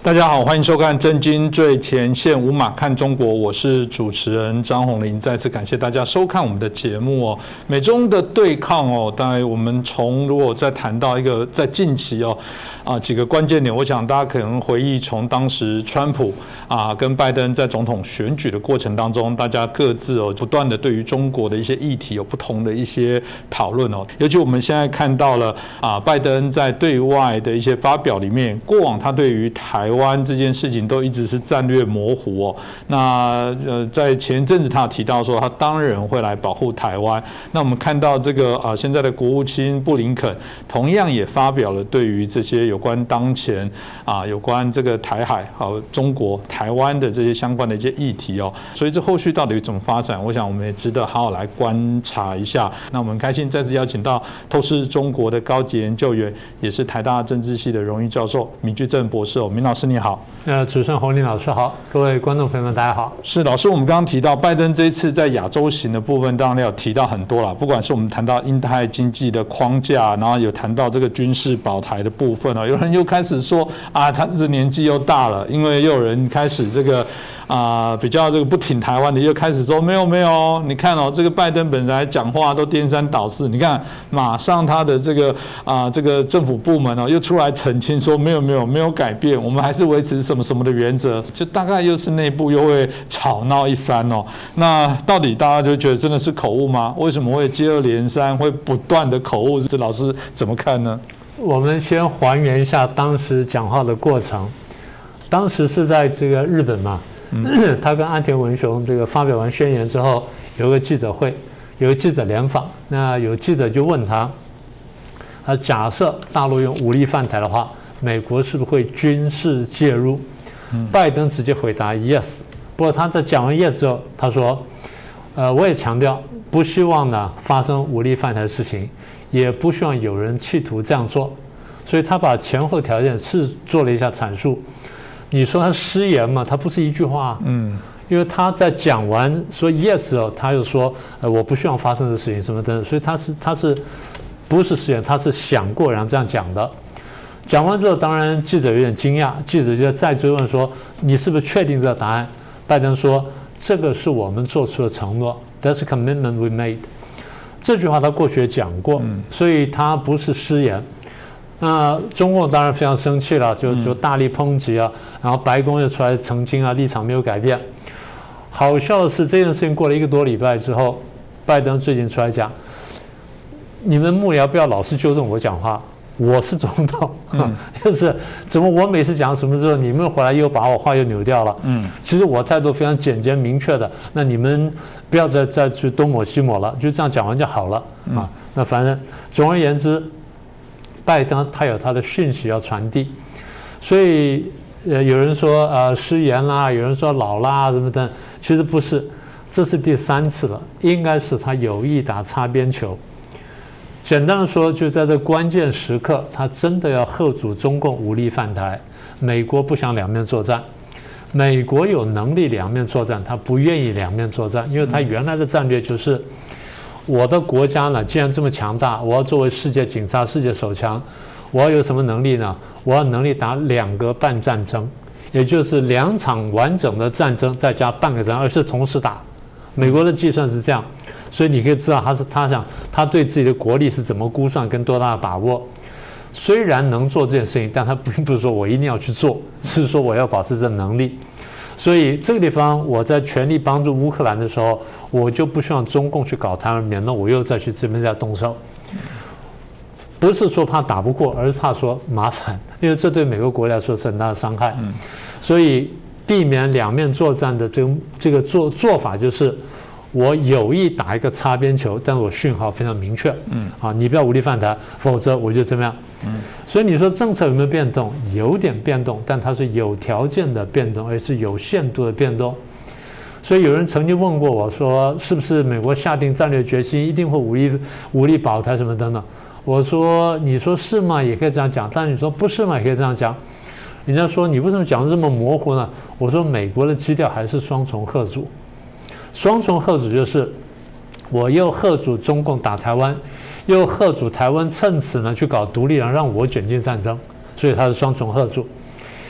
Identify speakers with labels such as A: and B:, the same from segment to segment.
A: 大家好，欢迎收看《震惊最前线》，无马看中国，我是主持人张宏林。再次感谢大家收看我们的节目哦。美中的对抗哦，当然我们如果再谈到一个在近期几个关键点，我想大家可能回忆从当时川普跟拜登在总统选举的过程当中，大家各自不断的对于中国的一些议题有不同的一些讨论哦。尤其我们现在看到了拜登在对外的一些发表里面，过往他对于台湾这件事情都一直是战略模糊哦。那在前一阵子他有提到说，他当然会来保护台湾。那我们看到这个现在的国务卿布林肯同样也发表了对于这些有关当前有关这个台海中国台湾的这些相关的一些议题哦。所以这后续到底怎么发展，我想我们也值得好好来观察一下。那我们开心再次邀请到透视中国的高级研究员，也是台大政治系的荣誉教授闵居正博士哦。闵老师你好。
B: 主持人洪林老师好，各位观众朋友们大家好。
A: 是老师，我们刚刚提到拜登这一次在亚洲行的部分，当然有提到很多啦，不管是我们谈到印太经济的框架，然后有谈到这个军事保台的部分有人又开始说他是年纪又大了，因为又有人开始这个比较这个不挺台湾的，又开始说没有，你看这个拜登本来讲话都颠三倒四，你看马上他的这个政府部门又出来澄清说没有改变，我们还是维持什么什么的原则，就大概又是内部又会吵闹一番哦。那到底大家就觉得真的是口误吗？为什么会接二连三会不断的口误？这老师怎么看呢？
B: 我们先还原一下当时讲话的过程。当时是在这个日本嘛，他跟岸田文雄这个发表完宣言之后，有个记者会，有个记者联访，那有记者就问他，假设大陆用武力犯台的话，美国是不是会军事介入？拜登直接回答 yes。不过他在讲完 yes 之后，他说，我也强调不希望呢发生武力犯台的事情，也不希望有人企图这样做。所以他把前后条件是做了一下阐述。你说他失言嘛？他不是一句话，因为他在讲完说 yes 之后，他又说我不希望发生的事情什么的，所以他是不是失言？他是想过然后这样讲的。讲完之后，当然记者有点惊讶，记者就再追问说：“你是不是确定这个答案？”拜登说：“这个是我们做出的承诺 ，That's a commitment we made。”这句话他过去也讲过，所以他不是失言。那中共当然非常生气了，就大力抨击然后白宫又出来澄清立场没有改变。好笑的是，这件事情过了1个多礼拜之后，拜登最近出来讲，你们幕僚不要老是纠正我讲话，我是总统，就是怎么我每次讲什么之后，你们回来又把我话又扭掉了。其实我态度非常简洁明确的，那你们不要再去东抹西抹了，就这样讲完就好了那反正总而言之，拜登他有他的讯息要传递，所以有人说失言啦，有人说老啦什么的，其实不是，这是第3次了，应该是他有意打擦边球。简单的说，就在这关键时刻，他真的要吓阻中共武力犯台。美国不想两面作战，美国有能力两面作战，他不愿意两面作战，因为他原来的战略就是，我的国家呢，既然这么强大，我要作为世界警察、世界首强，我要有什么能力呢？我要能力打2个半战争，也就是2场完整的战争再加半个战争，而是同时打。美国的计算是这样，所以你可以知道他对自己的国力是怎么估算跟多大的把握。虽然能做这件事情，但他并不是说我一定要去做，是说我要保持这能力。所以这个地方，我在全力帮助乌克兰的时候，我就不希望中共去搞台湾，免得我又再去这边再动手。不是说怕打不过，而是怕说麻烦，因为这对美国国来说是很大的伤害。所以避免两面作战的这个做法就是，我有意打一个擦边球，但我讯号非常明确。你不要武力犯台，否则我就怎么样。所以你说政策有没有变动？有点变动，但它是有条件的变动，而是有限度的变动。所以有人曾经问过我说，是不是美国下定战略决心，一定会武力保台什么等等？我说，你说是吗？也可以这样讲，但你说不是吗？也可以这样讲。人家说你为什么讲得这么模糊呢？我说美国的基调还是双重吓阻。双重吓阻就是我又吓阻中共打台湾，又吓阻台湾趁此呢去搞独立，然后让我卷进战争，所以它是双重吓阻。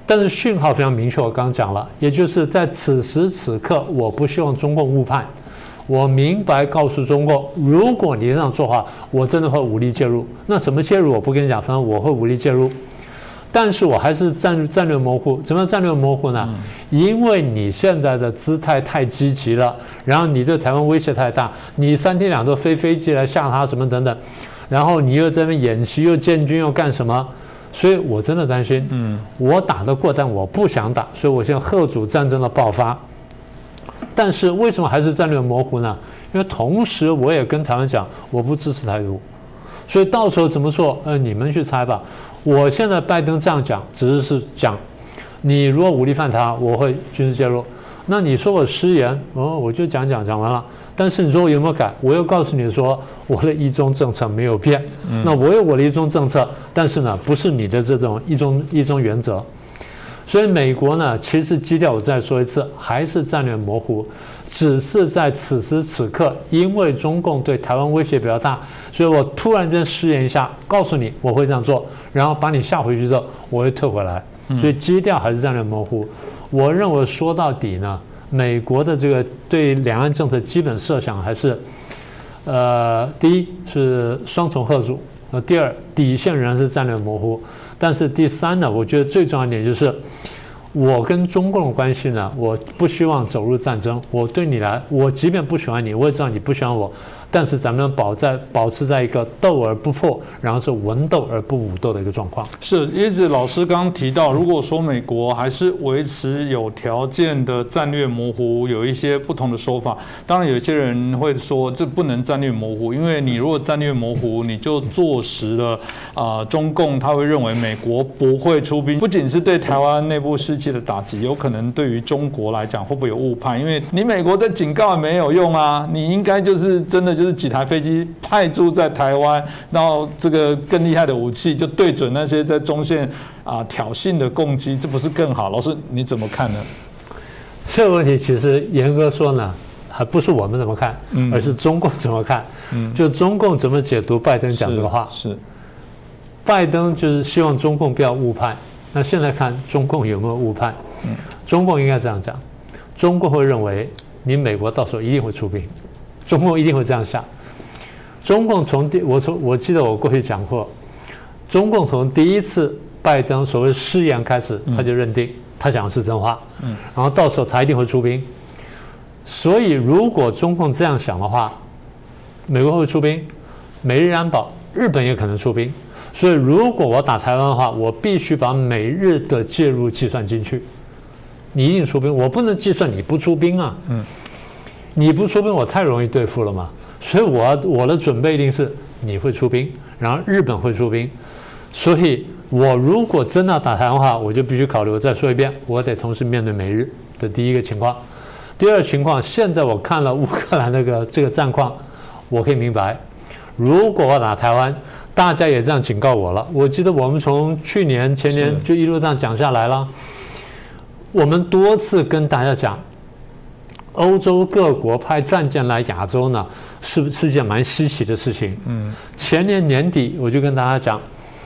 B: 但是讯号非常明确，我刚刚讲了，也就是在此时此刻，我不希望中共误判，我明白告诉中共，如果你这样做的话，我真的会武力介入。那怎么介入我不跟你讲，反正我会武力介入。但是我还是战略模糊。怎么样战略模糊呢？因为你现在的姿态太积极了，然后你对台湾威胁太大，你3天2头飞飞机来吓他什么等等，然后你又在那边演习，又建军，又干什么？所以我真的担心，我打得过，但我不想打，所以我现在嚇阻战争的爆发。但是为什么还是战略模糊呢？因为同时我也跟台湾讲，我不支持台独，所以到时候怎么做？你们去猜吧。我现在拜登这样讲，只是讲，你如果武力犯台，我会军事介入。那你说我失言，我就讲完了。但是你说我有没有改？我又告诉你说，我的一中政策没有变。那我有我的一中政策，但是呢，不是你的这种一中原则。所以美国呢，其实基调我再说一次，还是战略模糊，只是在此时此刻，因为中共对台湾威胁比较大，所以我突然间失言一下，告诉你我会这样做，然后把你吓回去之后，我会退回来。所以基调还是战略模糊。我认为说到底呢，美国的这个对两岸政策基本设想还是，第一是双重嚇阻，第二底线仍然是战略模糊，但是第三呢，我觉得最重要一点就是，我跟中共的关系呢，我不希望走入战争。我对你来，我即便不喜欢你，我也知道你不喜欢我，但是咱们保持在一个斗而不破，然后是文斗而不武斗的一个状况。
A: 是，一直老师刚刚提到，如果说美国还是维持有条件的战略模糊，有一些不同的说法。当然，有些人会说这不能战略模糊，因为你如果战略模糊，你就坐实了中共他会认为美国不会出兵，不仅是对台湾内部士气的打击，有可能对于中国来讲会不会有误判？因为你美国在警告也没有用啊，你应该就是真的就是几台飞机派驻在台湾，然后这个更厉害的武器就对准那些在中线挑衅的共机，这不是更好？老师你怎么看呢？
B: 这个问题其实严格说呢，还不是我们怎么看，而是中共怎么看。就中共怎么解读拜登讲这个话？是拜登就是希望中共不要误判。那现在看中共有没有误判？中共应该这样讲，中共会认为你美国到时候一定会出兵，中共一定会这样想。中共我记得我过去讲过，中共从第一次拜登所谓失言开始，他就认定他讲的是真话，然后到时候他一定会出兵。所以如果中共这样想的话，美国会出兵，美日安保，日本也可能出兵。所以如果我打台湾的话，我必须把美日的介入计算进去。你一定出兵，我不能计算你不出兵啊。你不出兵，我太容易对付了嘛。所以我的准备一定是你会出兵，然后日本会出兵。所以我如果真的打台湾的话，我就必须考虑，我再说一遍，我得同时面对美日的第一个情况。第二情况，现在我看了乌克兰这个战况，我可以明白，如果我打台湾，大家也这样警告我了。我记得我们从去年前年就一路这样讲下来了。我们多次跟大家讲，欧洲各国派战舰来亚洲呢，是件蛮稀奇的事情。前年年底我就跟大家讲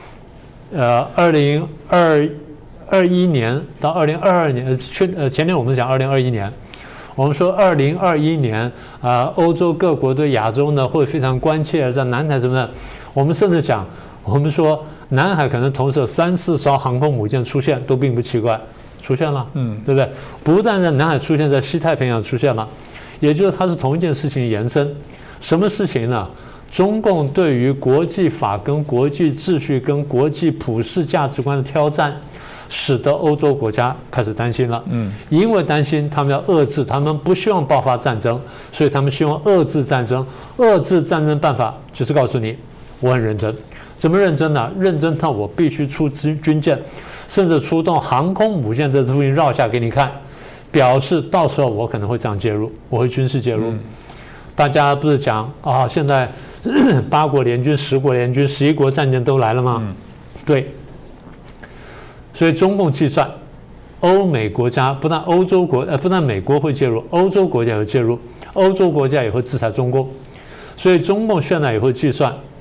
B: ，2021年到2022年，前年我们讲2021年。我们说2021年欧洲各国对亚洲呢会非常关切，在南海什么的，我们甚至讲，我们说南海可能同时有3、4艘航空母舰出现，都并不奇怪，出现了，对不对？不但在南海出现，在西太平洋出现了，也就是它是同一件事情的延伸。什么事情呢？中共对于国际法跟国际秩序跟国际普世价值观的挑战，使得欧洲国家开始担心了。因为担心他们要遏制，他们不希望爆发战争，所以他们希望遏制战争。遏制战争办法就是告诉你，我很认真。怎么认真呢？认真到我必须出军舰，甚至出动航空母舰在这附近绕下给你看，表示到时候我可能会这样介入，我会军事介入。大家不是讲现在8国联军、10国联军、11国战舰都来了吗？对。所以中共计算，欧美国家不但不但美国会介入，欧洲国家也会介入，欧洲国家也会制裁中共。所以中共现在也会计算，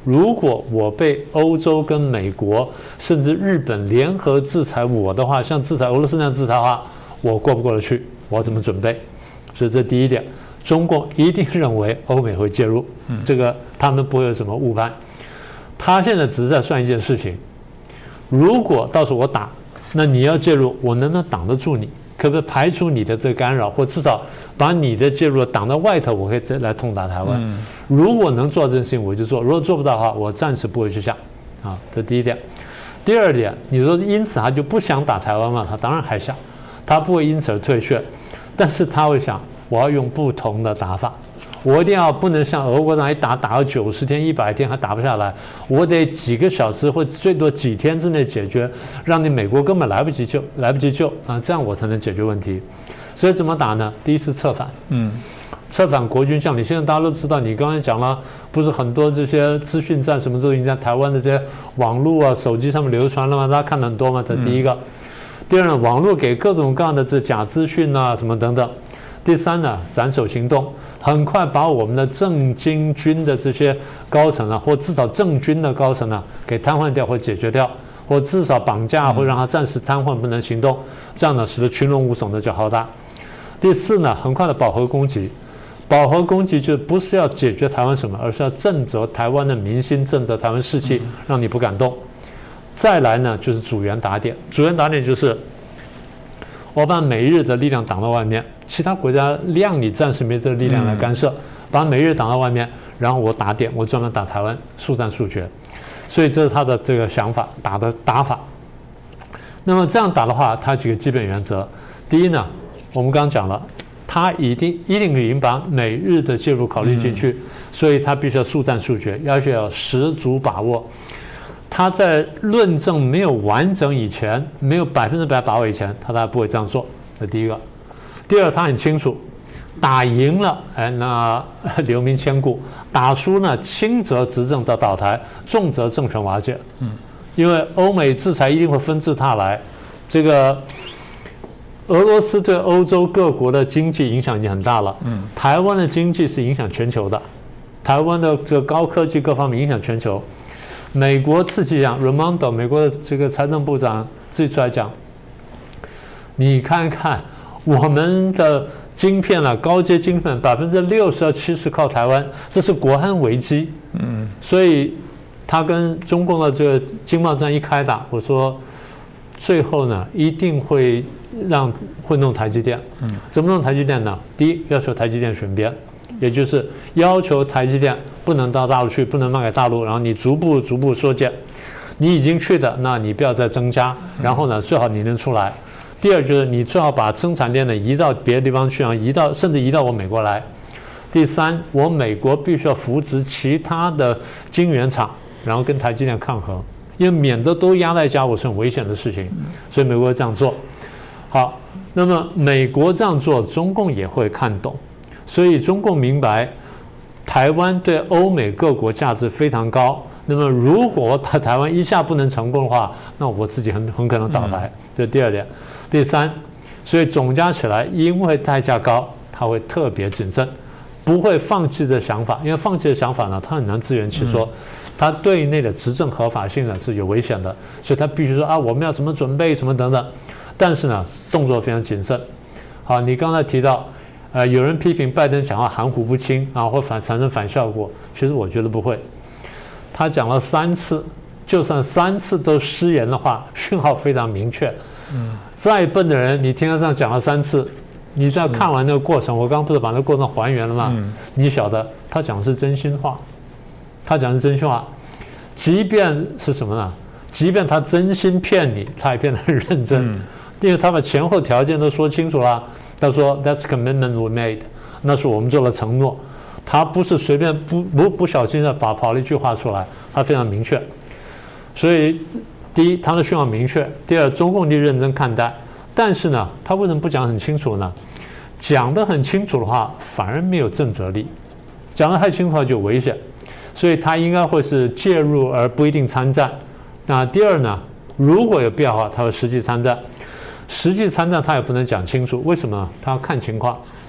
B: 如果我被欧洲跟美国甚至日本联合制裁我的话，像制裁俄罗斯那样制裁的话，我过不过得去？我怎么准备？所以这第一点，中共一定认为欧美会介入，这个他们不会有什么误判。他现在只是在算一件事情：如果到时候我打，那你要介入，我能不能挡得住你？可不可以排除你的这个干扰，或至少把你的介入挡到外头，我可以再来痛打台湾。如果能做到这件事情，我就做；如果做不到的话，我暂时不会去想。啊，这第一点。第二点，你说因此他就不想打台湾吗？他当然还想，他不会因此而退却，但是他会想，我要用不同的打法。我一定要不能像俄国那样一打到90天、100天还打不下来，我得几个小时或最多几天之内解决，让你美国根本来不及救啊，这样我才能解决问题。所以怎么打呢？第一是策反，策反国军将领。现在大家都知道，你刚才讲了，不是很多这些资讯战什么都已经在台湾的这些网络啊、手机上面流传了吗？大家看了很多吗？这第一个。第二呢，网络给各种各样的这假资讯啊什么等等。第三呢，斩首行动，很快把我们的正经军的这些高层啊，或至少正军的高层啊，给瘫痪掉或解决掉，或至少绑架或让他暂时瘫痪不能行动，这样呢，使得群龙无首的叫浩大。第四呢，很快的饱和攻击，饱和攻击就不是要解决台湾什么，而是要震慑台湾的民心，震慑台湾士气，让你不敢动。再来呢，就是主源打点，主源打点就是我把美日的力量挡到外面，其他国家量你暂时没这个力量来干涉，把美日挡到外面，然后我打点，我专门打台湾，速战速决。所以这是他的这个想法，打法。那么这样打的话，他几个基本原则。第一呢，我们刚刚讲了，他一定已经把美日的介入考虑进去，所以他必须要速战速决，要十足把握。他在论证没有完整以前，没有100%把握以前，他当然不会这样做。这第一个。第二，他很清楚，打赢了，那留名千古；打输呢，轻则执政遭倒台，重则政权瓦解。因为欧美制裁一定会纷至沓来，这个俄罗斯对欧洲各国的经济影响已经很大了。台湾的经济是影响全球的，台湾的这个高科技各方面影响全球。美国自己讲 ，Raimondo 美国的这个财政部长自己出来讲，你看看我们的晶片啊，高阶晶片60%到70%靠台湾，这是国安危机。所以他跟中共的这个经贸战一开打，我说最后呢一定会弄台积电。怎么弄台积电呢？第一，要求台积电选边，也就是要求台积电不能到大陆去，不能卖给大陆，然后你逐步缩减，你已经去的，那你不要再增加，然后呢，最好你能出来。第二就是你最好把生产链呢移到别的地方去，然后甚至移到我美国来。第三，我美国必须要扶植其他的晶圆厂，然后跟台积电抗衡，因为免得都压在家，我是很危险的事情，所以美国会这样做。好，那么美国这样做，中共也会看懂，所以中共明白台湾对欧美各国价值非常高。那么如果台湾一下不能成功的话，那我自己很可能倒台。这是第二点。第三，所以总加起来，因为代价高，他会特别谨慎，不会放弃这想法，因为放弃的想法呢，他很难自圆其说，他对内的执政合法性呢是有危险的，所以他必须说啊，我们要怎么准备什么等等，但是呢，动作非常谨慎。好，你刚才提到，有人批评拜登讲话含糊不清啊，或产生反效果，其实我觉得不会。他讲了3次，就算3次都失言的话，讯号非常明确。再笨的人，你听他这样讲了3次，你再看完那个过程，我刚刚不是把那个过程还原了吗？你晓得他讲的是真心话，他讲的是真心话，即便是什么呢？即便他真心骗你，他也骗得很认真，因为他把前后条件都说清楚了。他说 "That's commitment we made"， 那是我们做了承诺。他不是随便不小心的跑了一句话出来，他非常明确。所以第一，他的讯号明确；第二，中共就认真看待。但是呢，他为什么不讲很清楚呢？讲得很清楚的话，反而没有震慑力；讲得太清楚的话就危险。所以他应该会是介入而不一定参战。那第二呢，如果有必要的话，他会实际参战。实际参战他也不能讲清楚，为什么呢？他要看情况。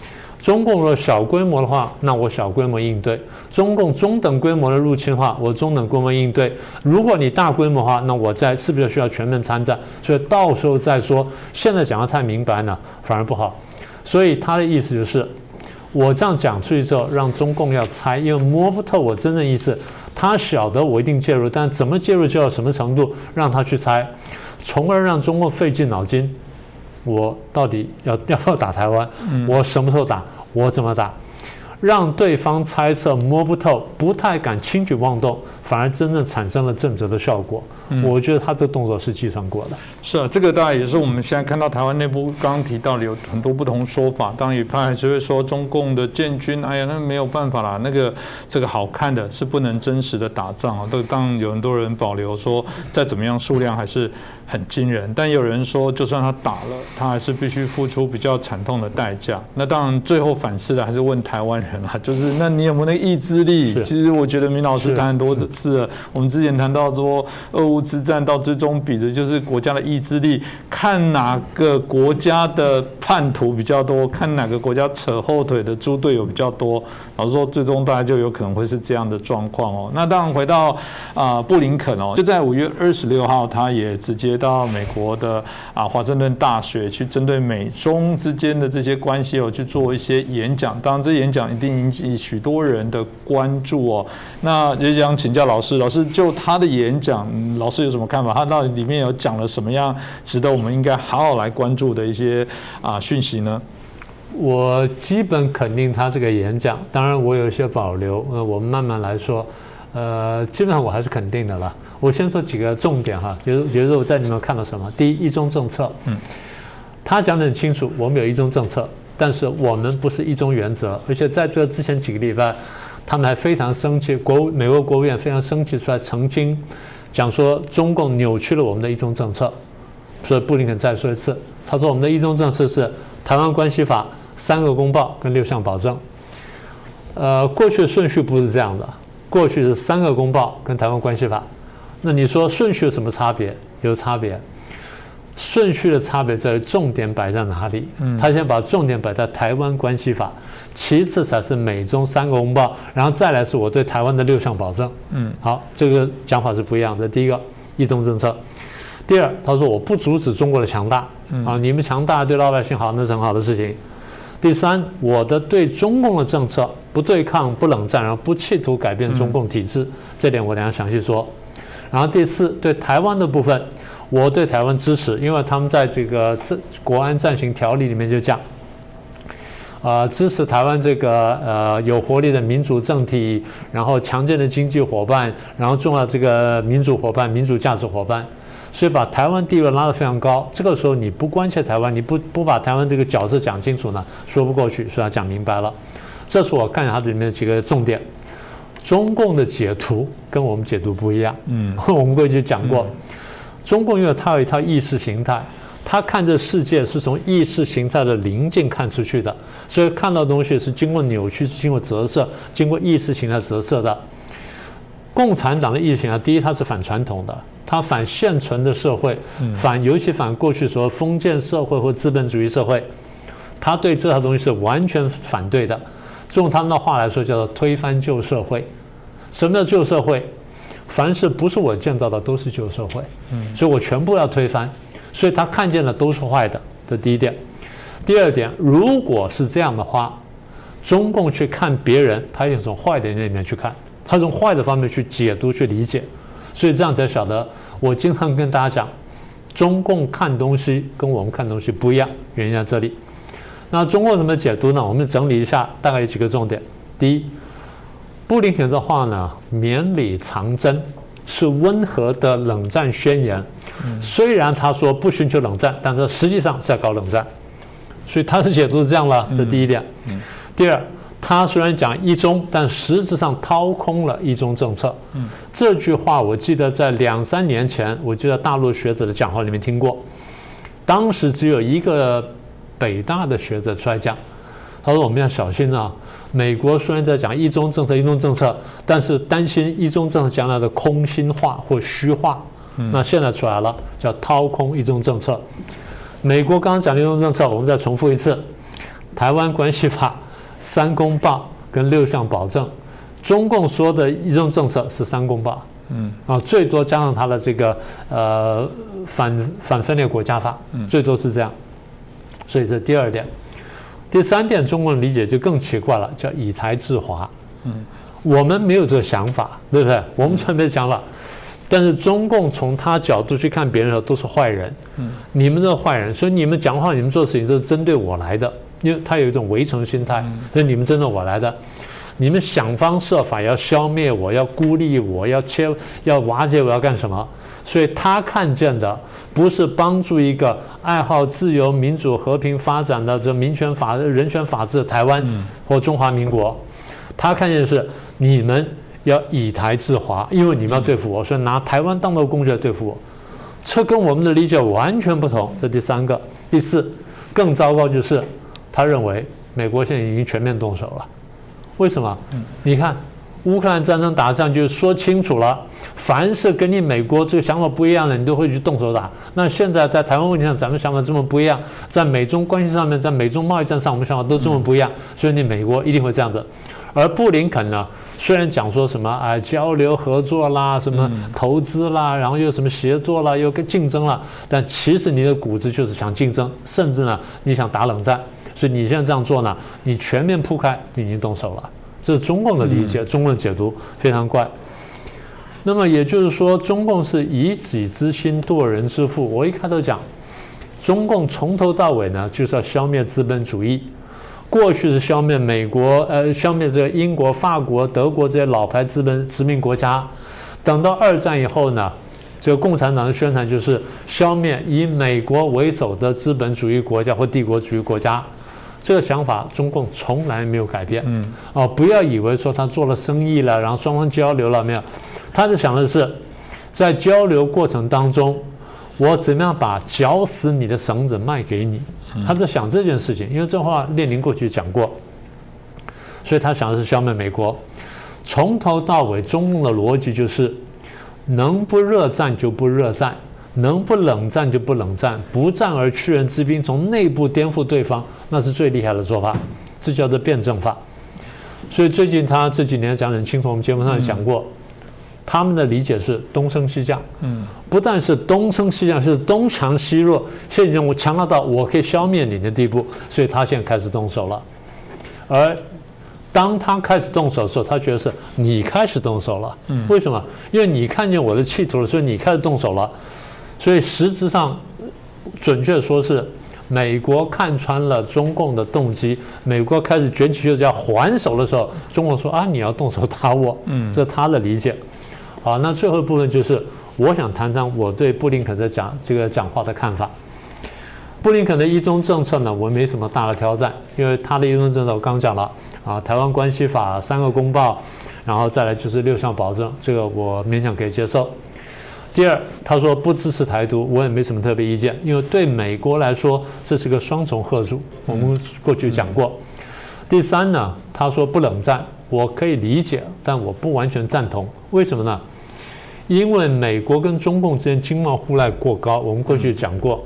B: 中共如果小规模的话，那我小规模应对；中共中等规模的入侵的话，我中等规模应对。如果你大规模的话，那我是不是需要全面参战？所以到时候再说。现在讲得太明白呢，反而不好。所以他的意思就是，我这样讲出去之后，让中共要猜，因为摸不透我真正意思。他晓得我一定介入，但怎么介入就要什么程度，让他去猜，从而让中共费尽脑筋。我到底要不要打台湾？我什么时候打？我怎么打？让对方猜测摸不透，不太敢轻举妄动，反而真正产生了震慑的效果。我觉得他这个动作是计算过的。
A: 是啊，这个当然也是我们现在看到台湾内部刚刚提到的有很多不同说法。当然，有派还是会说中共的建军，哎呀，那没有办法啦，这个好看的是不能真实的打仗啊。当然有很多人保留说，再怎么样数量还是很惊人，但也有人说，就算他打了，他还是必须付出比较惨痛的代价。那当然，最后反思的还是问台湾人啦，就是那你有没有那个意志力？其实我觉得明老师谈很多的次了，我们之前谈到说，俄乌之战到最终比的就是国家的意志力，看哪个国家的叛徒比较多，看哪个国家扯后腿的猪队友比较多。老实说，最终大概就有可能会是这样的状况哦。那当然回到布林肯哦，就在5月26号，他也直接到美国的华盛顿大学去针对美中之间的这些关系去做一些演讲。当然，这演讲一定引起许多人的关注哦。那也想请教老师，就他的演讲，老师有什么看法？他到底里面有讲了什么样值得我们应该好好来关注的一些讯息呢？
B: 我基本肯定他这个演讲，当然我有一些保留，我们慢慢来说。基本上我还是肯定的了。我先说几个重点哈，比如说我在里面看到什么？第一，一中政策，他讲得很清楚，我们有一中政策，但是我们不是一中原则，而且在这之前几个礼拜，他们还非常生气，美国国务院非常生气出来澄清，讲说中共扭曲了我们的一中政策。所以布林肯再说一次，他说我们的一中政策是台湾关系法、3个公报跟6项保证。过去的顺序不是这样的。过去是3个公报跟台湾关系法，那你说顺序有什么差别？有差别。顺序的差别在于重点摆在哪里？他先把重点摆在台湾关系法，其次才是美中3个公报，然后再来是我对台湾的6项保证。好，这个讲法是不一样的。第一个，一中政策；第二，他说我不阻止中国的强大，你们强大对老百姓好，那是很好的事情。第三，我的对中共的政策不对抗、不冷战，然后不企图改变中共体制，这点我等一下详细说。然后第四，对台湾的部分，我对台湾支持，因为他们在这个国安暂行条例里面就讲，支持台湾这个有活力的民主政体，然后强健的经济伙伴，然后重要这个民主伙伴、民主价值伙伴。所以把台湾地位拉得非常高，这个时候你不关切台湾，你不把台湾这个角色讲清楚呢，说不过去。所以他讲明白了，这是我看它里面的几个重点。中共的解读跟我们解读不一样。我们过去讲过，中共因为它有一套意识形态，他看这世界是从意识形态的棱镜看出去的，所以看到的东西是经过扭曲、经过折射、经过意识形态折射的。共产党的意识形态，第一，它是反传统的。他反现存的社会，尤其反过去说封建社会或资本主义社会，他对这套东西是完全反对的。用他们的话来说，叫做推翻旧社会。什么叫旧社会？凡是不是我建造的都是旧社会，所以我全部要推翻。所以他看见的都是坏的，这第一点。第二点，如果是这样的话，中共去看别人，他也从坏的那里面去看，他从坏的方面去解读、去理解。所以这样才晓得，我经常跟大家讲，中共看东西跟我们看东西不一样，原因在这里。那中共怎么解读呢？我们整理一下，大概有几个重点。第一，布林肯的话呢，绵里藏针，是温和的冷战宣言。虽然他说不寻求冷战，但这实际上是在搞冷战。所以他的解读是这样了，这第一点。第二，他虽然讲一中，但实质上掏空了一中政策。这句话我记得在2、3年前，我就在大陆学者的讲话里面听过。当时只有一个北大的学者出来讲，他说我们要小心啊，美国虽然在讲一中政策，但是担心一中政策将来的空心化或虚化。那现在出来了，叫掏空一中政策。美国刚刚讲的一中政策，我们再重复一次：台湾关系法、 3公报跟6项保证，中共说的一中政策是3公报，最多加上他的这个反分裂国家法，最多是这样。所以这第2点。第3点，中共理解就更奇怪了，叫以台制华。我们没有这个想法，对不对？我们从来没想法。但是中共从他角度去看别人的时候都是坏人，你们这坏人，所以你们讲话、你们做事情都是针对我来的，因为他有一种围城心态，所以你们针对我来的，你们想方设法要消灭我，要孤立我，要瓦解我，要干什么？所以他看见的不是帮助一个爱好自由、民主、和平发展的这人权法治的台湾或中华民国，他看见的是你们要以台制华，因为你们要对付我，所以拿台湾当作工具来对付我，这跟我们的理解完全不同。这第3个。第4，更糟糕就是他认为美国现在已经全面动手了。为什么？你看乌克兰战争打仗就说清楚了，凡是跟你美国这个想法不一样的，你都会去动手打。那现在在台湾问题上，咱们想法这么不一样，在美中关系上面，在美中贸易战上，我们想法都这么不一样，所以你美国一定会这样子。而布林肯呢，虽然讲说什么交流合作啦，什么投资啦，然后又什么协作啦，又跟竞争啦，但其实你的骨子就是想竞争，甚至呢你想打冷战。所以你现在这样做呢，你全面铺开，你已经动手了。这是中共的理解，中共的解读非常怪。那么也就是说，中共是以己之心度人之腹。我一开头讲，中共从头到尾呢，就是要消灭资本主义。过去是消灭美国，消灭这个英国、法国、德国这些老牌资本殖民国家。等到2战以后呢，这个共产党的宣传就是消灭以美国为首的资本主义国家或帝国主义国家。这个想法中共从来没有改变。不要以为说他做了生意了，然后双方交流了没有？他就想的是，在交流过程当中，我怎么样把绞死你的绳子卖给你？他在想这件事情，因为这话列宁过去讲过，所以他想的是消灭美国。从头到尾，中共的逻辑就是：能不热战就不热战，能不冷战就不冷战，不战而屈人之兵，从内部颠覆对方，那是最厉害的做法，这叫做辩证法。所以最近他这几年讲得很清楚，我们节目上讲过。他们的理解是东升西降，不但是东升西降，是东强西弱，现在我强大到我可以消灭你的地步，所以他现在开始动手了。而当他开始动手的时候，他觉得是你开始动手了，为什么？因为你看见我的企图了，所以你开始动手了。所以实质上，准确说是美国看穿了中共的动机，美国开始卷起袖子要还手的时候，中国说你要动手打我，这是他的理解。好，那最后一部分就是我想谈谈我对布林肯在讲话的看法。布林肯的一中政策呢，我没什么大的挑战，因为他的一中政策我刚讲了台湾关系法3个公报，然后再来就是6项保证，这个我勉强可以接受。第2，他说不支持台独，我也没什么特别意见，因为对美国来说这是个双重吓阻，我们过去讲过。第3呢，他说不冷战，我可以理解，但我不完全赞同。为什么呢？因为美国跟中共之间经贸互赖过高，我们过去讲过。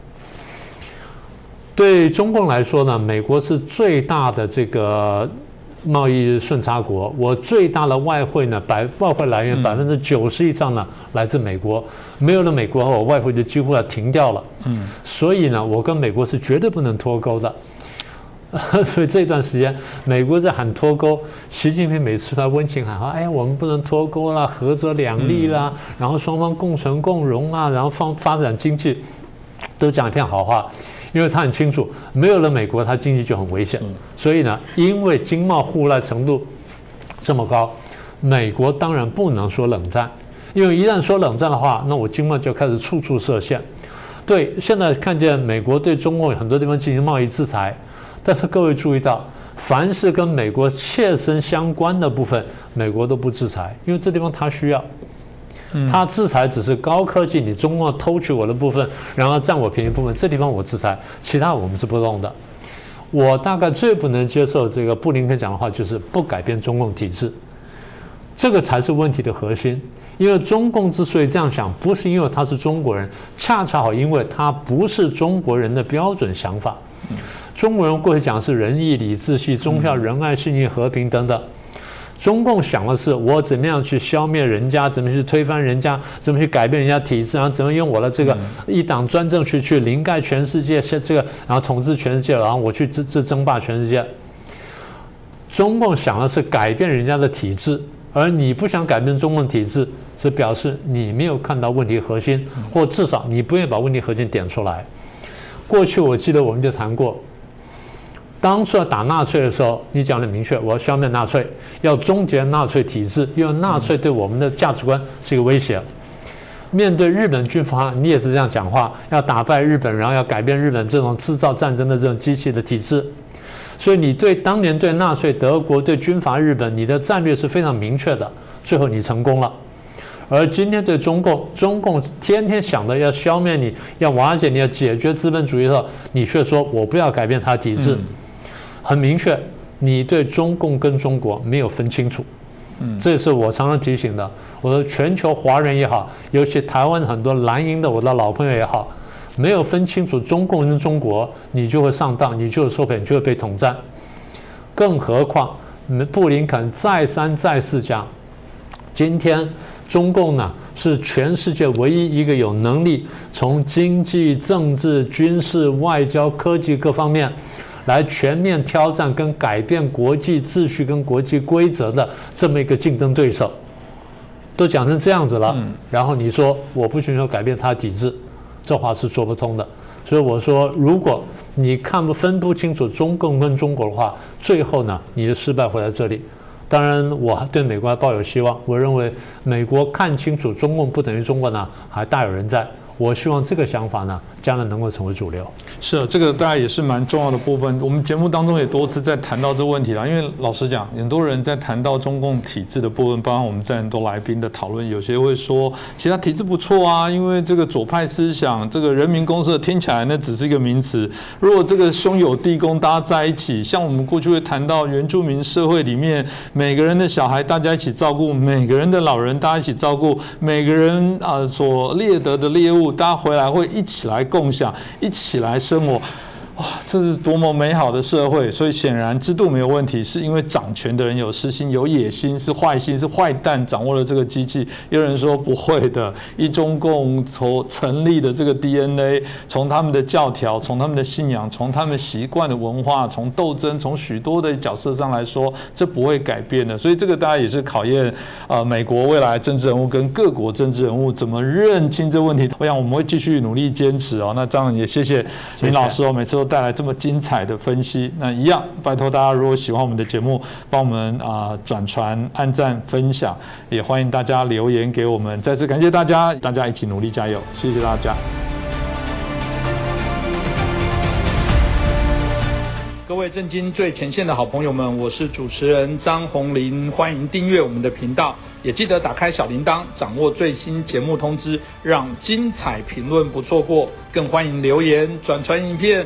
B: 对中共来说呢，美国是最大的这个贸易顺差国，我最大的外汇呢，外汇来源90%以上呢来自美国，没有了美国，我外汇就几乎要停掉了。所以呢，我跟美国是绝对不能脱钩的。所以这段时间，美国在喊脱钩，习近平每次在温情喊话，我们不能脱钩啦，合则两利啦，然后双方共存共荣啊，然后发展经济，都讲一片好话。因为他很清楚，没有了美国，他经济就很危险。所以呢，因为经贸互赖程度这么高，美国当然不能说冷战，因为一旦说冷战的话，那我经贸就开始处处设限。对，现在看见美国对中共很多地方进行贸易制裁。但是各位注意到，凡是跟美国切身相关的部分，美国都不制裁，因为这地方他需要。他制裁只是高科技，你中共偷取我的部分，然后占我便宜部分，这地方我制裁，其他我们是不动的。我大概最不能接受这个布林肯讲的话，就是不改变中共体制，这个才是问题的核心。因为中共之所以这样想，不是因为他是中国人，恰恰好因为他不是中国人的标准想法。 中国人过去讲是仁义礼智信、忠孝仁爱信义和平等等。中共想的是我怎么样去消灭人家，怎么去推翻人家，怎么去改变人家体制，然后怎么用我的这个一党专政去凌驾全世界，这个然后统治全世界，然后我去争霸全世界。中共想的是改变人家的体制，而你不想改变中共体制，是表示你没有看到问题核心，或至少你不愿意把问题核心点出来。过去我记得我们就谈过。当初要打纳粹的时候，你讲的明确，我要消灭纳粹，要终结纳粹体制，因为纳粹对我们的价值观是一个威胁。面对日本军阀，你也是这样讲话，要打败日本，然后要改变日本这种制造战争的这种机器的体制。所以你当年对纳粹德国、对军阀日本，你的战略是非常明确的，最后你成功了。而今天对中共天天想着要消灭你，要瓦解你，要解决资本主义的时候，你却说我不要改变它体制。很明确，你对中共跟中国没有分清楚，这也是我常常提醒的。我说全球华人也好，尤其台湾很多蓝营的我的老朋友也好，没有分清楚中共跟中国，你就会上当，你就会受骗，你就会被统战。更何况，布林肯再三再四讲，今天中共呢是全世界唯一一个有能力从经济、政治、军事、外交、科技各方面来全面挑战跟改变国际秩序跟国际规则的这么一个竞争对手，都讲成这样子了，然后你说我不寻求改变他的体制，这话是说不通的。所以我说，如果你分不清楚中共跟中国的话，最后呢，你的失败会在这里。当然，我对美国还抱有希望，我认为美国看清楚中共不等于中国呢，还大有人在。我希望这个想法呢，将来能够成为主流。
A: 是，这个大概也是蛮重要的部分。我们节目当中也多次在谈到这个问题了。因为老实讲，很多人在谈到中共体制的部分，包括我们在很多来宾的讨论，有些会说，其实他体制不错啊，因为这个左派思想，这个人民公社听起来那只是一个名词。如果这个兄友弟恭大家在一起，像我们过去会谈到原住民社会里面，每个人的小孩大家一起照顾，每个人的老人大家一起照顾，每个人所猎得的猎物，大家回来会一起来共享，一起来生活。哇，这是多么美好的社会！所以显然制度没有问题，是因为掌权的人有私心、有野心，是坏心、是坏蛋掌握了这个机器。有人说不会的，一中共从成立的这个 DNA， 从他们的教条、从他们的信仰、从他们习惯的文化、从斗争、从许多的角色上来说，这不会改变的。所以这个大家也是考验美国未来政治人物跟各国政治人物怎么认清这问题。我想我们会继续努力坚持哦。那这样也谢谢林老师哦，每次都带来这么精彩的分析。那一样，拜托大家，如果喜欢我们的节目，帮我们转传、按赞、分享，也欢迎大家留言给我们。再次感谢大家，大家一起努力加油，谢谢大家。各位震惊最前线的好朋友们，我是主持人张宏林，欢迎订阅我们的频道，也记得打开小铃铛，掌握最新节目通知，让精彩评论不错过。更欢迎留言、转传影片。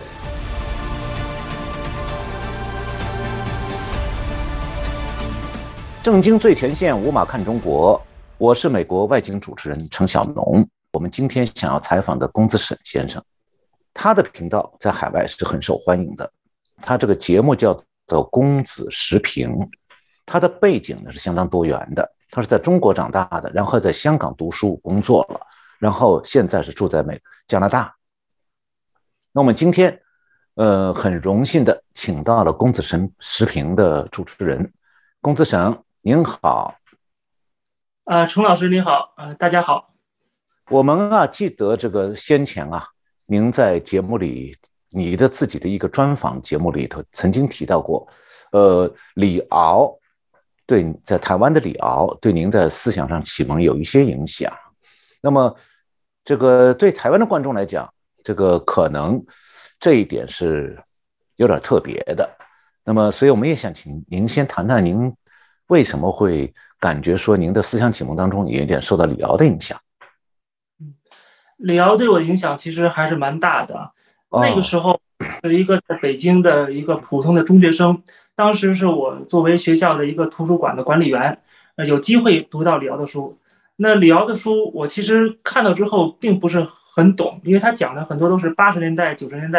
C: 正经最前线，无马看中国，我是美国外景主持人程小农。我们今天想要采访的龚自审先生，他的频道在海外是很受欢迎的。他这个节目叫做龚自时评，他的背景呢是相当多元的。他是在中国长大的，然后在香港读书工作了，然后现在是住在加拿大。那我们今天很荣幸的请到了龚自时评的主持人龚自审，您好。
D: 程老师您好，大家好。
C: 我们记得这个先前您在节目里，你的自己的一个专访节目里头曾经提到过，李敖在台湾的李敖对您在思想上启蒙有一些影响。那么这个对台湾的观众来讲，这个可能这一点是有点特别的。那么所以我们也想请您先谈谈您为什么会感觉说您的思想启蒙当中有一点受到李敖的影响。
D: 李敖对我的影响其实还是蛮大的。那个时候是一个在北京的一个普通的中学生，当时是我作为学校的一个图书馆的管理员，有机会读到李敖的书。那李敖的书我其实看到之后并不是很懂，因为他讲的很多都是80年代90年代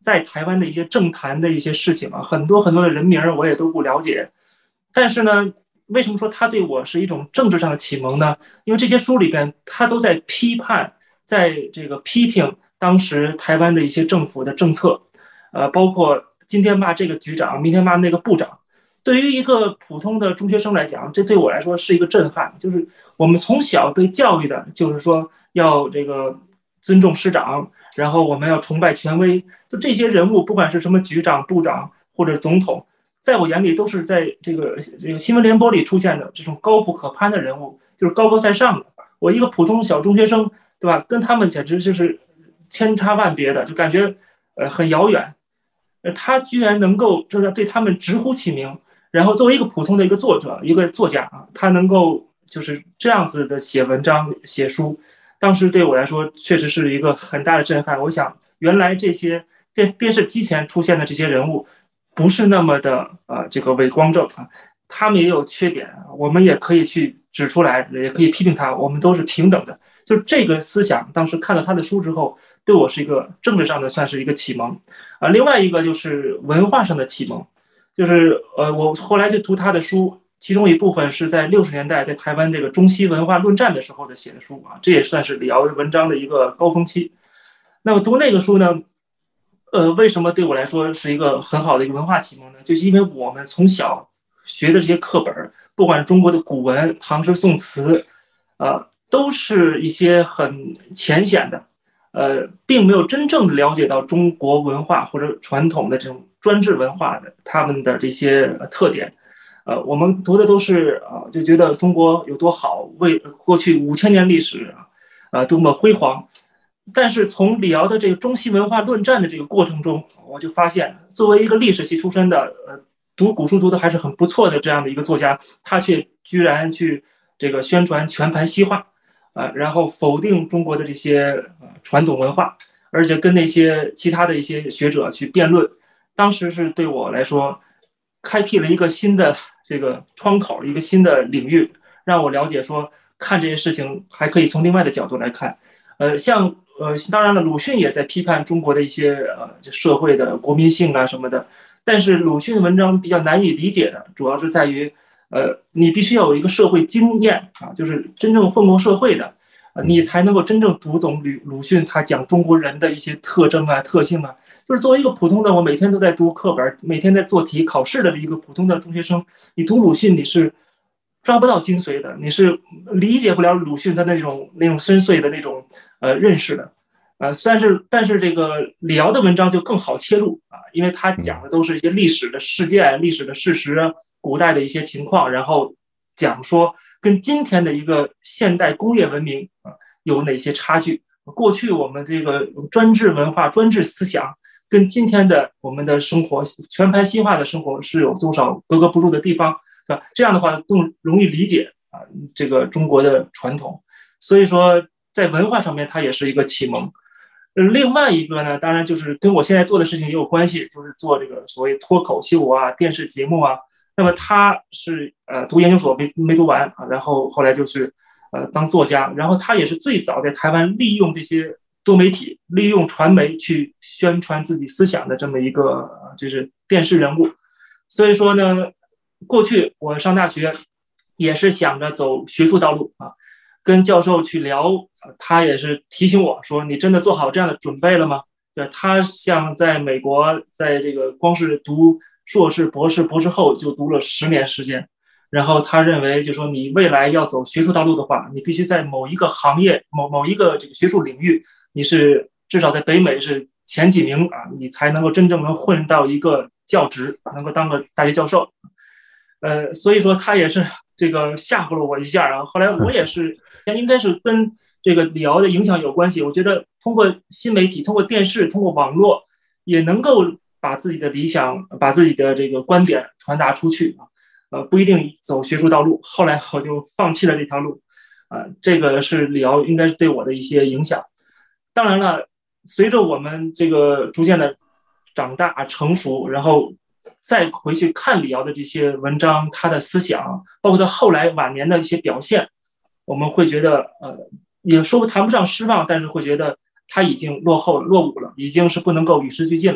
D: 在台湾的一些政坛的一些事情啊，很多很多的人名我也都不了解。但是呢，为什么说他对我是一种政治上的启蒙呢？因为这些书里边他都在批判，在这个批评当时台湾的一些政府的政策，包括今天骂这个局长，明天骂那个部长。对于一个普通的中学生来讲，这对我来说是一个震撼。就是我们从小被教育的，就是说要这个尊重师长，然后我们要崇拜权威。就这些人物，不管是什么局长、部长或者总统，在我眼里都是在这个新闻联播里出现的这种高不可攀的人物，就是高高在上的。我一个普通小中学生，对吧？跟他们简直就是千差万别的，就感觉很遥远。他居然能够就是对他们直呼其名。然后作为一个普通的一个作者、一个作家啊，他能够就是这样子的写文章、写书，当时对我来说确实是一个很大的震撼。我想，原来这些电视机前出现的这些人物，不是那么的这个伪光正啊，他们也有缺点，我们也可以去指出来，也可以批评他，我们都是平等的。就这个思想，当时看到他的书之后，对我是一个政治上的算是一个启蒙啊。另外一个就是文化上的启蒙。就是我后来就读他的书，其中一部分是在60年代在台湾这个中西文化论战的时候的写的书啊，这也算是李敖文章的一个高峰期。那么读那个书呢，为什么对我来说是一个很好的一个文化启蒙呢？就是因为我们从小学的这些课本，不管是中国的古文、唐诗宋词，都是一些很浅显的，并没有真正的了解到中国文化或者传统的这种专制文化的他们的这些特点。我们读的都是就觉得中国有多好，为过去5000年历史多么辉煌。但是从李敖的这个中西文化论战的这个过程中，我就发现，作为一个历史系出身的，读古书读的还是很不错的这样的一个作家，他却居然去这个宣传全盘西化，然后否定中国的这些传统文化，而且跟那些其他的一些学者去辩论。当时是对我来说，开辟了一个新的这个窗口，一个新的领域，让我了解说看这些事情还可以从另外的角度来看。当然了，鲁迅也在批判中国的一些社会的国民性啊什么的，但是鲁迅的文章比较难以理解的，主要是在于你必须要有一个社会经验啊，就是真正混过社会的，你才能够真正读懂鲁迅他讲中国人的一些特征啊、特性啊。就是作为一个普通的，我每天都在读课本，每天在做题考试的一个普通的中学生，你读鲁迅你是抓不到精髓的，你是理解不了鲁迅他那种深邃的那种认识的。但是这个李敖的文章就更好切入啊，因为他讲的都是一些历史的事件、历史的事实、古代的一些情况，然后讲说跟今天的一个现代工业文明有哪些差距。过去我们这个专制文化、专制思想跟今天的我们的生活全盘西化的生活是有多少格格不入的地方，是吧？这样的话更容易理解这个中国的传统。所以说在文化上面它也是一个启蒙。另外一个呢，当然就是跟我现在做的事情也有关系，就是做这个所谓脱口秀啊、电视节目啊。那么他是读研究所没读完啊，然后后来就是当作家，然后他也是最早在台湾利用这些多媒体、利用传媒去宣传自己思想的这么一个就是电视人物。所以说呢，过去我上大学也是想着走学术道路啊。跟教授去聊，他也是提醒我说：“你真的做好这样的准备了吗？”对，他像在美国，在这个光是读硕士、博士、博士后就读了10年时间，然后他认为，就说你未来要走学术道路的话，你必须在某一个行业、某一个这个学术领域，你是至少在北美是前几名啊，你才能够真正能混到一个教职，能够当个大学教授。所以说他也是这个吓唬了我一下啊。后来我也是。应该是跟这个李敖的影响有关系。我觉得通过新媒体、通过电视、通过网络，也能够把自己的理想、把自己的这个观点传达出去不一定走学术道路。后来我就放弃了这条路这个是李敖应该是对我的一些影响。当然了，随着我们这个逐渐的长大成熟，然后再回去看李敖的这些文章，他的思想，包括他后来晚年的一些表现。我们会觉得也谈不上失望，但是会觉得他已经落伍了，已经是不能够与时俱进了。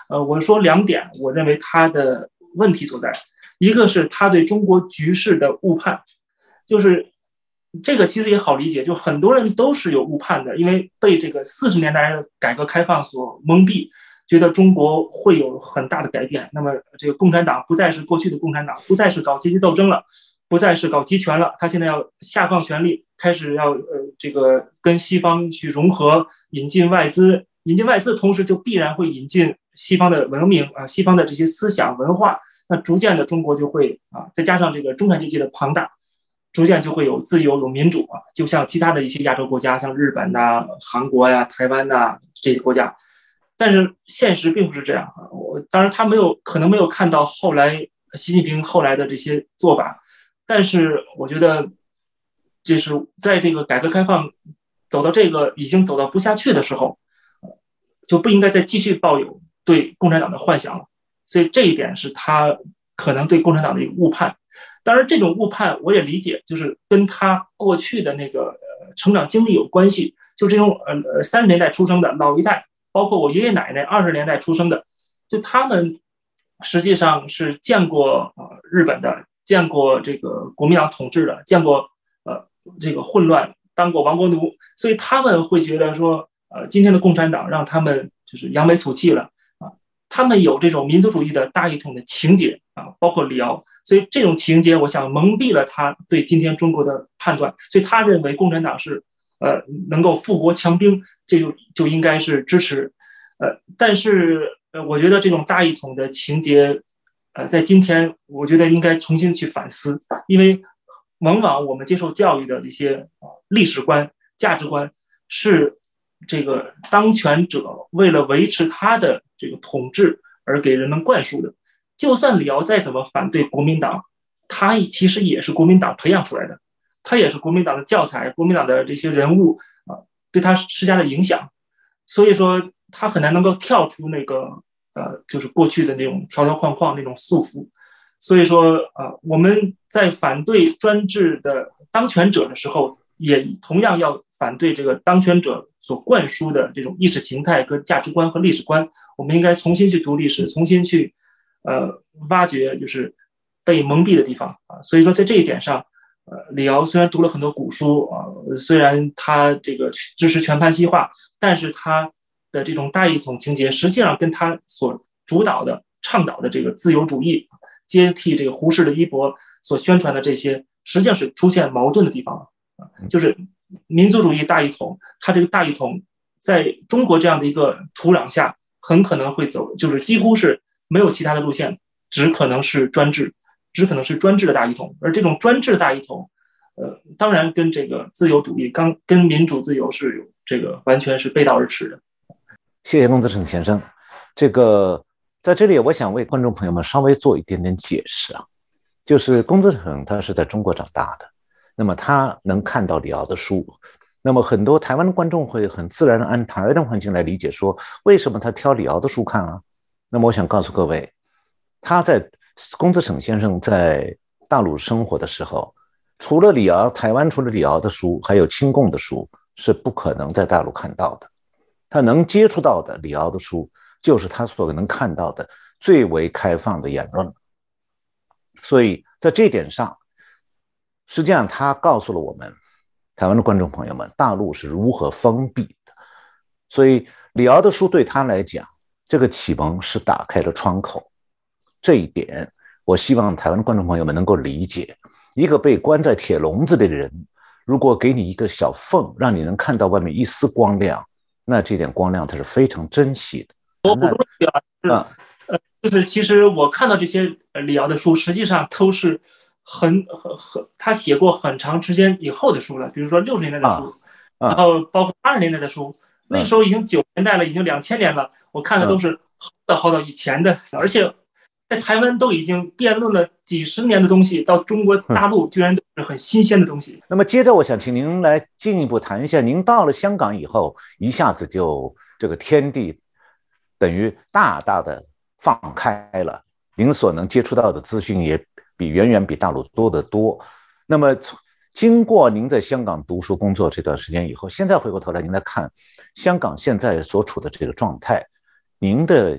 D: 我说2点，我认为他的问题所在。一个是他对中国局势的误判，就是这个其实也好理解，就很多人都是有误判的，因为被这个40年代的改革开放所蒙蔽，觉得中国会有很大的改变。那么这个共产党不再是过去的共产党，不再是搞阶级斗争了，不再是搞集权了，他现在要下放权力，开始要这个跟西方去融合，引进外资，同时就必然会引进西方的文明啊，西方的这些思想文化。那逐渐的中国就会再加上这个中产阶级的庞大，逐渐就会有自由有民主就像其他的一些亚洲国家，像日本呐、韩国呀、台湾呐这些国家。但是现实并不是这样我当然他可能没有看到后来习近平后来的这些做法，但是我觉得就是在这个改革开放走到这个已经走到不下去的时候，就不应该再继续抱有对共产党的幻想了。所以这一点是他可能对共产党的一个误判。当然这种误判我也理解，就是跟他过去的那个成长经历有关系。就这种30年代出生的老一代，包括我爷爷奶奶20年代出生的，就他们实际上是见过日本的，见过这个国民党统治的，见过这个混乱，当过亡国奴，所以他们会觉得说今天的共产党让他们就是扬眉吐气了他们有这种民族主义的大一统的情节包括李敖，所以这种情节我想蒙蔽了他对今天中国的判断，所以他认为共产党是能够富国强兵，这就应该是支持但是我觉得这种大一统的情节在今天我觉得应该重新去反思，因为往往我们接受教育的一些历史观价值观是这个当权者为了维持他的这个统治而给人们灌输的。就算李敖再怎么反对国民党，他其实也是国民党培养出来的，他也是国民党的教材，国民党的这些人物对他施加的影响，所以说他很难能够跳出那个就是过去的那种条条框框那种束缚。所以说我们在反对专制的当权者的时候，也同样要反对这个当权者所灌输的这种意识形态跟价值观和历史观。我们应该重新去读历史，重新去挖掘就是被蒙蔽的地方所以说在这一点上李敖虽然读了很多古书虽然他这个支持全盘西化，但是他的这种大一统情节实际上跟他所主导的倡导的这个自由主义，接替这个胡适的衣钵所宣传的这些，实际上是出现矛盾的地方就是民族主义大一统，它这个大一统在中国这样的一个土壤下很可能会走，就是几乎是没有其他的路线，只可能是专制的大一统。而这种专制的大一统当然跟这个自由主义跟民主自由是有这个完全是背道而驰的。
C: 谢谢龚自成先生。这个在这里我想为观众朋友们稍微做一点点解释就是龚自成他是在中国长大的，那么他能看到李敖的书，那么很多台湾的观众会很自然的按台湾的环境来理解说，为什么他挑李敖的书看那么我想告诉各位，龚自成先生在大陆生活的时候，除了李敖，台湾除了李敖的书，还有清共的书是不可能在大陆看到的。他能接触到的李敖的书，就是他所能看到的最为开放的言论。所以在这一点上，实际上他告诉了我们台湾的观众朋友们，大陆是如何封闭的。所以李敖的书对他来讲，这个启蒙是打开了窗口。这一点我希望台湾的观众朋友们能够理解，一个被关在铁笼子里的人，如果给你一个小缝，让你能看到外面一丝光亮，那这点光亮它是非常珍惜的。
D: 就是其实我看到这些李敖的书，实际上都是他写过很长时间以后的书了，比如说60年代的书然后包括20年代的书那个时候已经90年代了，已经2000年了，我看的都是好到以前的而且在台湾都已经辩论了几十年的东西，到中国大陆居然都是很新鲜的东西。
C: 那么接着我想请您来进一步谈一下，您到了香港以后，一下子就这个天地等于大大的放开了，您所能接触到的资讯也远远比大陆多得多。那么经过您在香港读书工作这段时间以后，现在回过头来您来看香港现在所处的这个状态，您的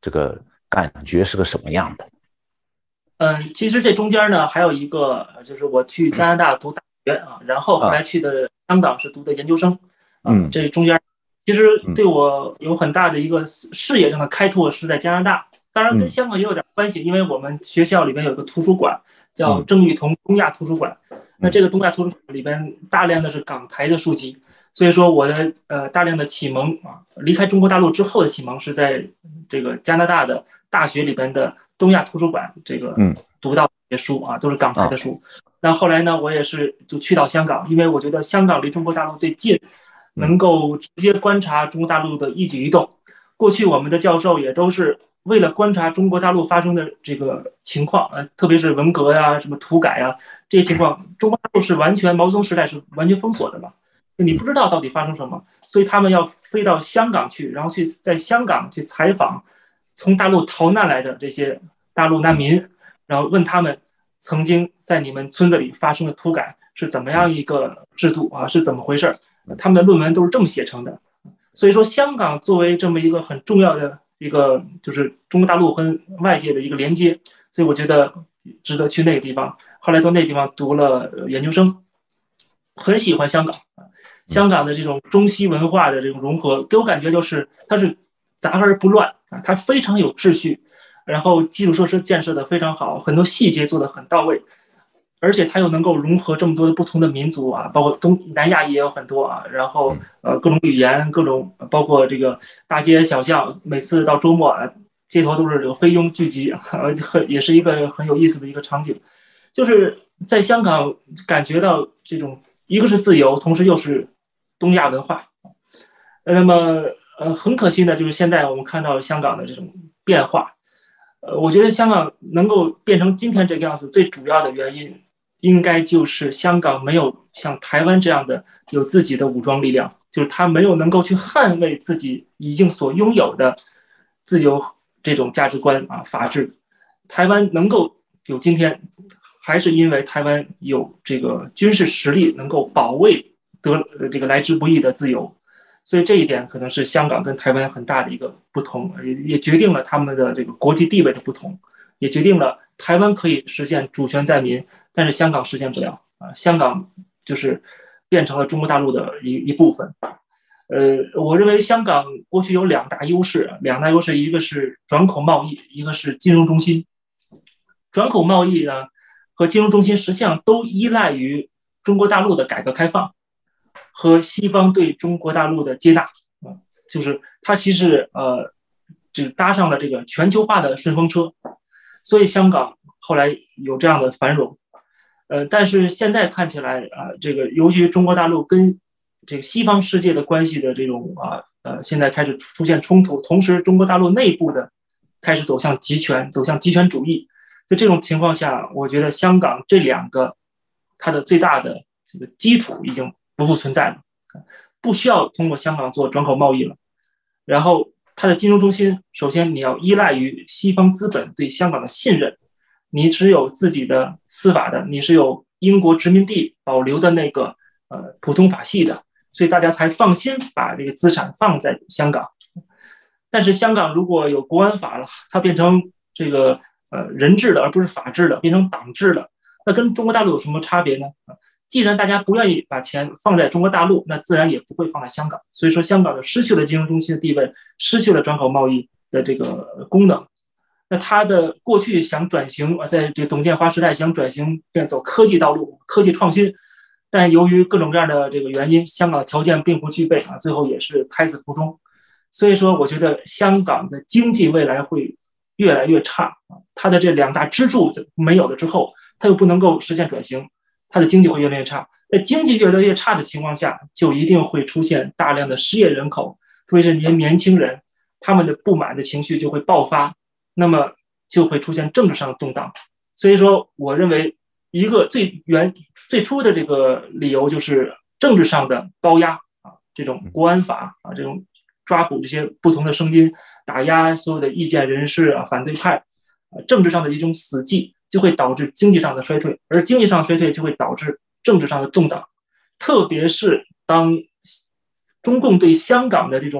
C: 这个感觉是个什么样的？
D: 其实这中间呢还有一个，就是我去加拿大读大学啊，然后后来去的香港是读的研究生啊，这中间其实对我有很大的一个视野上的开拓是在加拿大，当然跟香港也有点关系，因为我们学校里边有个图书馆叫郑裕彤东亚图书馆，那这个东亚图书馆里边大量的是港台的书籍，所以说我的大量的启蒙啊，离开中国大陆之后的启蒙是在这个加拿大的大学里边的东亚图书馆这个读到这些书啊，都是港台的书。那后来呢，我也是就去到香港，因为我觉得香港离中国大陆最近，能够直接观察中国大陆的一举一动。过去我们的教授也都是为了观察中国大陆发生的这个情况，特别是文革呀、什么土改呀这些情况，中国大陆是完全毛泽东时代是完全封锁的嘛，你不知道到底发生什么，所以他们要飞到香港去，然后去在香港去采访从大陆逃难来的这些大陆难民，然后问他们曾经在你们村子里发生的土改是怎么样一个制度啊，是怎么回事，他们的论文都是这么写成的。所以说香港作为这么一个很重要的一个就是中国大陆和外界的一个连接，所以我觉得值得去那个地方。后来到那个地方读了研究生，很喜欢香港。香港的这种中西文化的这种融合，给我感觉就是它是杂而不乱啊，它非常有秩序，然后基础设施建设的非常好，很多细节做得很到位，而且它又能够融合这么多的不同的民族啊，包括南亚也有很多啊，然后各种语言，各种包括这个大街小巷，每次到周末啊，街头都是这个菲佣聚集，也是一个很有意思的一个场景。就是在香港感觉到这种一个是自由，同时又是东亚文化。那么很可惜的就是现在我们看到香港的这种变化。我觉得香港能够变成今天这个样子，最主要的原因应该就是香港没有像台湾这样的有自己的武装力量，就是他没有能够去捍卫自己已经所拥有的自由这种价值观啊，法治。台湾能够有今天，还是因为台湾有这个军事实力能够保卫这个来之不易的自由，所以这一点可能是香港跟台湾很大的一个不同，也决定了他们的这个国际地位的不同，也决定了台湾可以实现主权在民，但是香港实现不了啊，香港就是变成了中国大陆的一部分。我认为香港过去有两大优势，一个是转口贸易，一个是金融中心。转口贸易呢和金融中心实际上都依赖于中国大陆的改革开放和西方对中国大陆的接纳，就是它其实只搭上了这个全球化的顺风车，所以香港后来有这样的繁荣。但是现在看起来这个由于中国大陆跟这个西方世界的关系的这种现在开始出现冲突，同时中国大陆内部的开始走向集权主义。在这种情况下，我觉得香港这两个它的最大的这个基础已经不复存在了，不需要通过香港做转口贸易了。然后它的金融中心，首先你要依赖于西方资本对香港的信任，你是有自己的司法的，你是有英国殖民地保留的那个普通法系的，所以大家才放心把这个资产放在香港。但是香港如果有国安法了，它变成这个人治的而不是法治的，变成党治的，那跟中国大陆有什么差别呢？既然大家不愿意把钱放在中国大陆，那自然也不会放在香港。所以说香港就失去了金融中心的地位，失去了转口贸易的这个功能。那它的过去想转型，在这个董建华时代想转型走科技道路，科技创新，但由于各种各样的这个原因，香港的条件并不具备最后也是胎死腹中。所以说我觉得香港的经济未来会越来越差，它的这两大支柱没有了之后，它又不能够实现转型，它的经济会越来越差。在经济越来越差的情况下，就一定会出现大量的失业人口，特别是那些年轻人，他们的不满的情绪就会爆发，那么就会出现政治上的动荡。所以说我认为一个最初的这个理由就是政治上的高压这种国安法这种抓捕这些不同的声音，打压所有的意见人士反对派，政治上的一种死寂，就会导致经济上的衰退，而经济上的衰退就会导致政治上的动荡。特别是当中共对香港的这种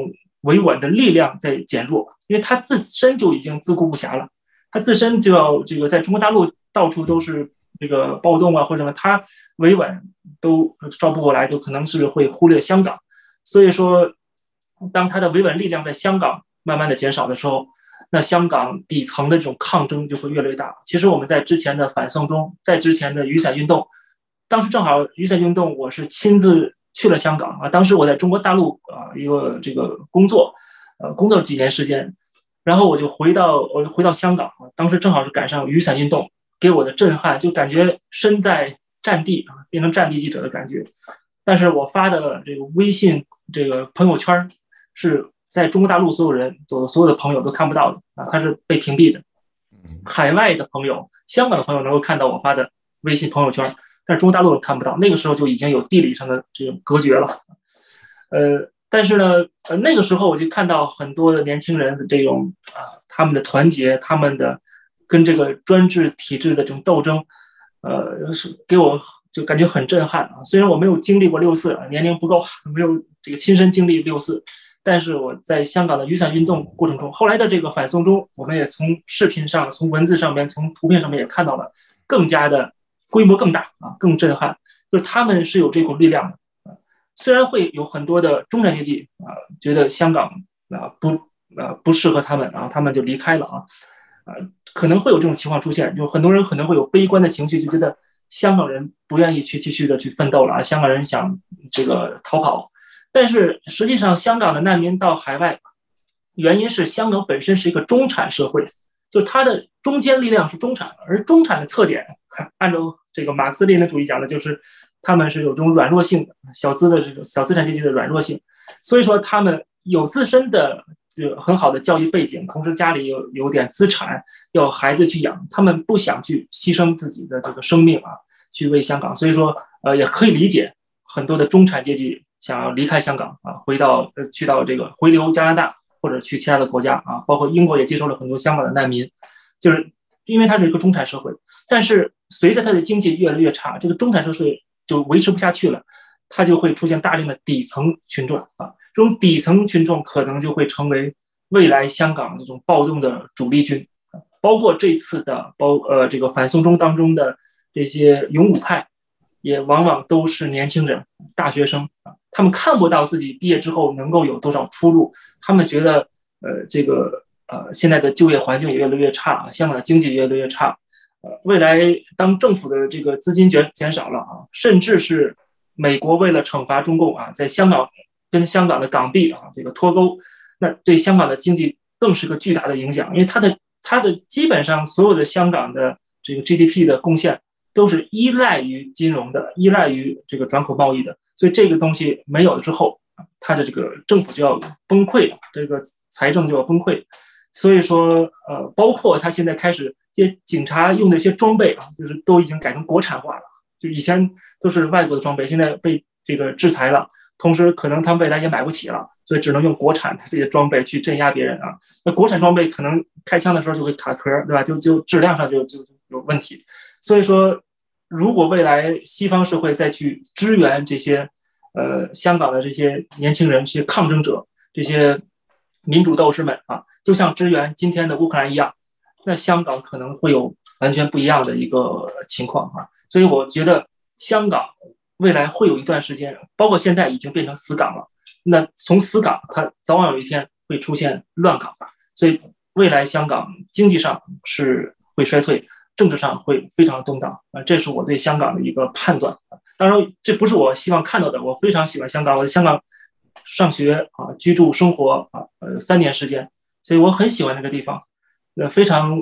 D: 维稳的力量在减弱，因为他自身就已经自顾不暇了，他自身就要这个在中国大陆到处都是这个暴动啊或者什么，他维稳都照不过来，就可能是会忽略香港。所以说，当他的维稳力量在香港慢慢的减少的时候，那香港底层的这种抗争就会越来越大。其实我们在之前的反送中，在之前的雨伞运动，当时正好雨伞运动我是亲自去了香港啊，当时我在中国大陆一个这个工作几年时间，然后我就回到香港，当时正好是赶上雨伞运动，给我的震撼就感觉身在战地啊，变成战地记者的感觉。但是我发的这个微信这个朋友圈是在中国大陆所有的朋友都看不到的啊，它是被屏蔽的。海外的朋友、香港的朋友能够看到我发的微信朋友圈，但是中国大陆人看不到。那个时候就已经有地理上的这种隔绝了。但是呢，那个时候我就看到很多的年轻人的这种他们的团结，他们的跟这个专制体制的这种斗争，是给我就感觉很震撼啊。虽然我没有经历过6·4，年龄不够，没有这个亲身经历6·4，但是我在香港的雨伞运动过程中，后来的这个反送中，我们也从视频上、从文字上面、从图片上面也看到了更加的规模更大啊，更震撼。就是他们是有这股力量的。虽然会有很多的中产阶级觉得香港不适合他们，然后他们就离开了可能会有这种情况出现，就很多人可能会有悲观的情绪，就觉得香港人不愿意去继续的去奋斗了，香港人想这个逃跑。但是实际上，香港的难民到海外，原因是香港本身是一个中产社会，就它的中坚力量是中产，而中产的特点，按照这个马克思列宁主义讲的，就是他们是有这种软弱性的，小资产阶级的软弱性，所以说他们有自身的很好的教育背景，同时家里有点资产，要孩子去养，他们不想去牺牲自己的这个生命去为香港，所以说也可以理解很多的中产阶级想要离开香港去到这个回流加拿大或者去其他的国家包括英国也接收了很多香港的难民，就是因为它是一个中产社会。但是随着它的经济越来越差，这个中产社会就维持不下去了，它就会出现大量的底层群众这种底层群众可能就会成为未来香港这种暴动的主力军，包括这次的这个反送中当中的这些勇武派，也往往都是年轻人、大学生他们看不到自己毕业之后能够有多少出路，他们觉得这个现在的就业环境也越来越差，香港的经济越来越差，未来当政府的这个资金减少了甚至是美国为了惩罚中共在香港跟香港的港币这个脱钩，那对香港的经济更是个巨大的影响，因为它的基本上所有的香港的这个 GDP 的贡献都是依赖于金融的，依赖于这个转口贸易的，所以这个东西没有了之后，它的这个政府就要崩溃了，这个财政就要崩溃。所以说包括他现在开始这些警察用的一些装备就是都已经改成国产化了，就以前都是外国的装备，现在被这个制裁了，同时可能他们未来也买不起了，所以只能用国产的这些装备去镇压别人那国产装备可能开枪的时候就会卡壳，对吧？就质量上就有问题。所以说，如果未来西方社会再去支援这些香港的这些年轻人、这些抗争者、这些民主斗士们就像支援今天的乌克兰一样，那香港可能会有完全不一样的一个情况所以我觉得香港未来会有一段时间，包括现在已经变成死港了，那从死港它早晚有一天会出现乱港，所以未来香港经济上是会衰退，政治上会非常动荡这是我对香港的一个判断。当然这不是我希望看到的，我非常喜欢香港，我在香港上学居住生活3年时间，所以我很喜欢那个地方，非常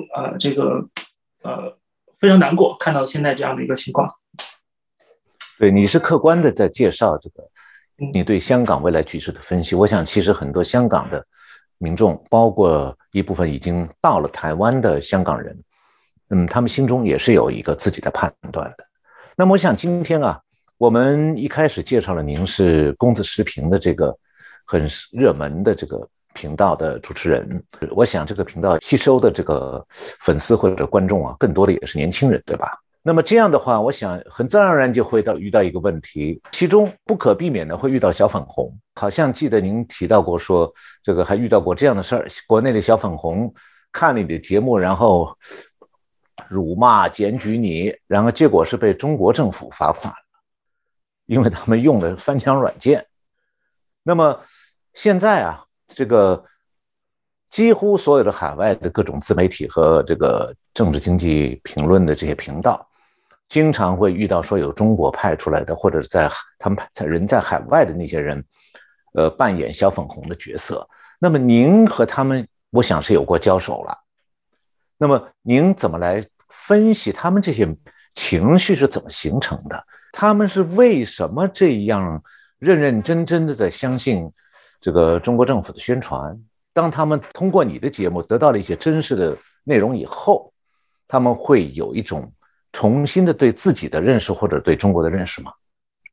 D: 非常难过看到现在这样的一个情况。
C: 对，你是客观的在介绍这个你对香港未来局势的分析。我想其实很多香港的民众，包括一部分已经到了台湾的香港人，他们心中也是有一个自己的判断的。那么我想今天我们一开始介绍了您是公子时评的这个很热门的这个频道的主持人，我想这个频道吸收的这个粉丝或者观众更多的也是年轻人，对吧？那么这样的话，我想很自然而然就会遇到一个问题，其中不可避免的会遇到小粉红。 好像记得您提到过说，这个还遇到过这样的事儿，国内的小粉红看了你的节目，然后辱骂检举你，然后结果是被中国政府罚款了，因为他们用了翻墙软件。那么现在啊，这个几乎所有的海外的各种自媒体和这个政治经济评论的这些频道，经常会遇到说有中国派出来的，或者在他们人在海外的那些人，扮演小粉红的角色。那么您和他们，我想是有过交手了。那么您怎么来分析他们这些情绪是怎么形成的？他们是为什么这样认认真真的在相信这个中国政府的宣传？当他们通过你的节目得到了一些真实的内容以后，他们会有一种重新的对自己的认识或者对中国的认识吗？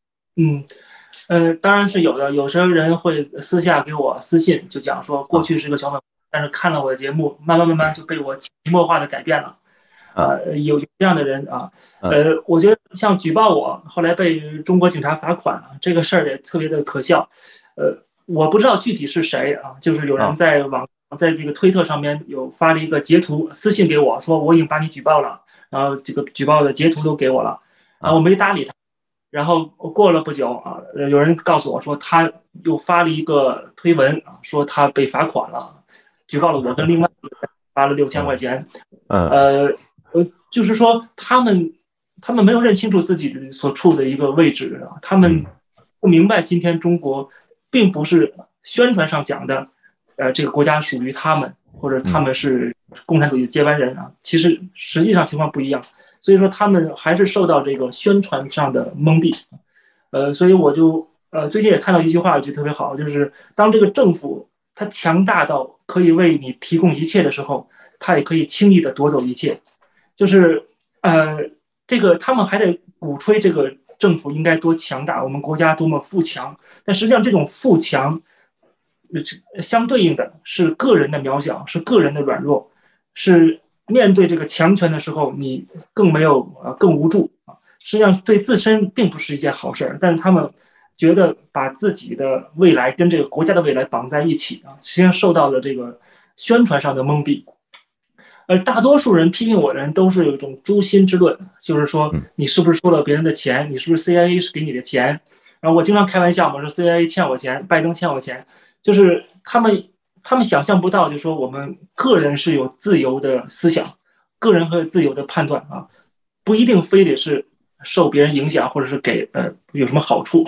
D: 当然是有的。有时候人会私下给我私信，就讲说过去是个小粉红，但是看了我的节目，慢慢就被我潜移默化的改变了。有这样的人啊。我觉得像举报我，后来被中国警察罚款啊，这个事儿也特别的可笑。我不知道具体是谁啊，就是有人在在这个推特上面有发了一个截图，私信给我说我已经把你举报了，然后这个举报的截图都给我了，然后我没搭理他。然后过了不久啊，有人告诉我说他又发了一个推文啊，说他被罚款了，举报了我跟另外一个人，罚了6000块钱。就是说他们没有认清楚自己的所处的一个位置啊，他们不明白今天中国并不是宣传上讲的，这个国家属于他们，或者他们是共产主义的接班人啊，其实实际上情况不一样。所以说他们还是受到这个宣传上的蒙蔽。所以我就最近也看到一句话，我觉得特别好，就是当这个政府它强大到可以为你提供一切的时候，它也可以轻易的夺走一切。就是这个他们还得鼓吹这个政府应该多强大，我们国家多么富强，但实际上这种富强相对应的是个人的渺小，是个人的软弱，是面对这个强权的时候你更没有更无助啊。实际上对自身并不是一件好事，但是他们觉得把自己的未来跟这个国家的未来绑在一起啊，实际上受到了这个宣传上的蒙蔽。大多数人批评我的人都是有一种诛心之论，就是说你是不是收了别人的钱，你是不是 CIA 是给你的钱。然后我经常开玩笑嘛，说 CIA 欠我钱，拜登欠我钱，就是他们想象不到，就是说我们个人是有自由的思想，个人和自由的判断啊，不一定非得是受别人影响，或者是给有什么好处。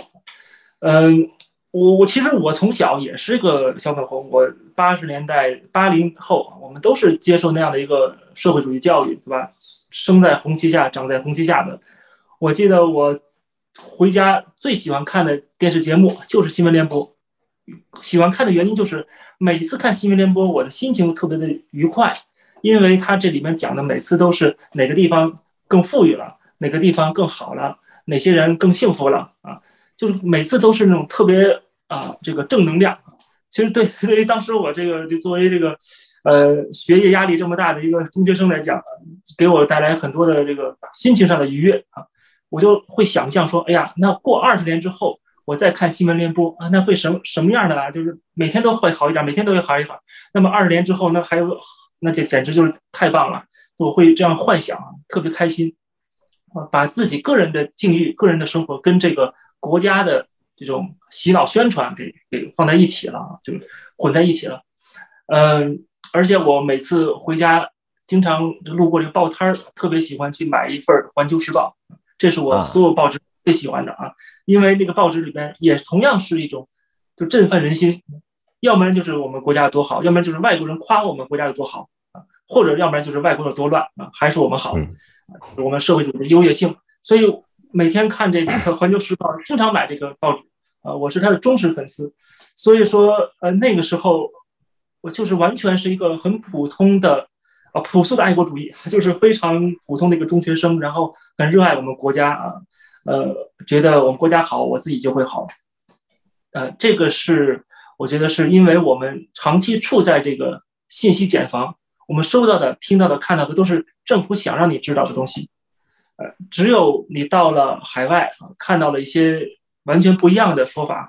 D: 我其实我从小也是个小粉红，我80年代80后，我们都是接受那样的一个社会主义教育，对吧？生在红旗下，长在红旗下的。我记得我回家最喜欢看的电视节目就是新闻联播，喜欢看的原因就是每次看新闻联播，我的心情特别的愉快，因为它这里面讲的每次都是哪个地方更富裕了，哪个地方更好了，哪些人更幸福了啊。就是每次都是那种特别这个正能量。其实对于当时我这个就作为这个学业压力这么大的一个中学生来讲，给我带来很多的这个心情上的愉悦啊。我就会想象说，哎呀，那过20年之后，我再看新闻联播啊，那会什么样的啊？就是每天都会好一点，每天都会好一点。那么20年之后，那就简直就是太棒了。我会这样幻想，特别开心。把自己个人的境遇、个人的生活跟这个国家的这种洗脑宣传给放在一起了，就混在一起了。而且我每次回家，经常路过这个报摊，特别喜欢去买一份《环球时报》，这是我所有报纸最喜欢的啊，因为那个报纸里边也同样是一种就振奋人心，要不然就是我们国家有多好，要不然就是外国人夸我们国家有多好啊，或者要不然就是外国有多乱啊，还是我们好。我们社会主义的优越性。所以每天看这个《环球时报》，经常买这个报纸我是他的忠实粉丝。所以说那个时候我就是完全是一个很普通的朴素的爱国主义，就是非常普通的一个中学生，然后很热爱我们国家觉得我们国家好，我自己就会好。这个是我觉得是因为我们长期处在这个信息茧房，我们收到的、听到的、看到的都是政府想让你知道的东西。只有你到了海外看到了一些完全不一样的说法，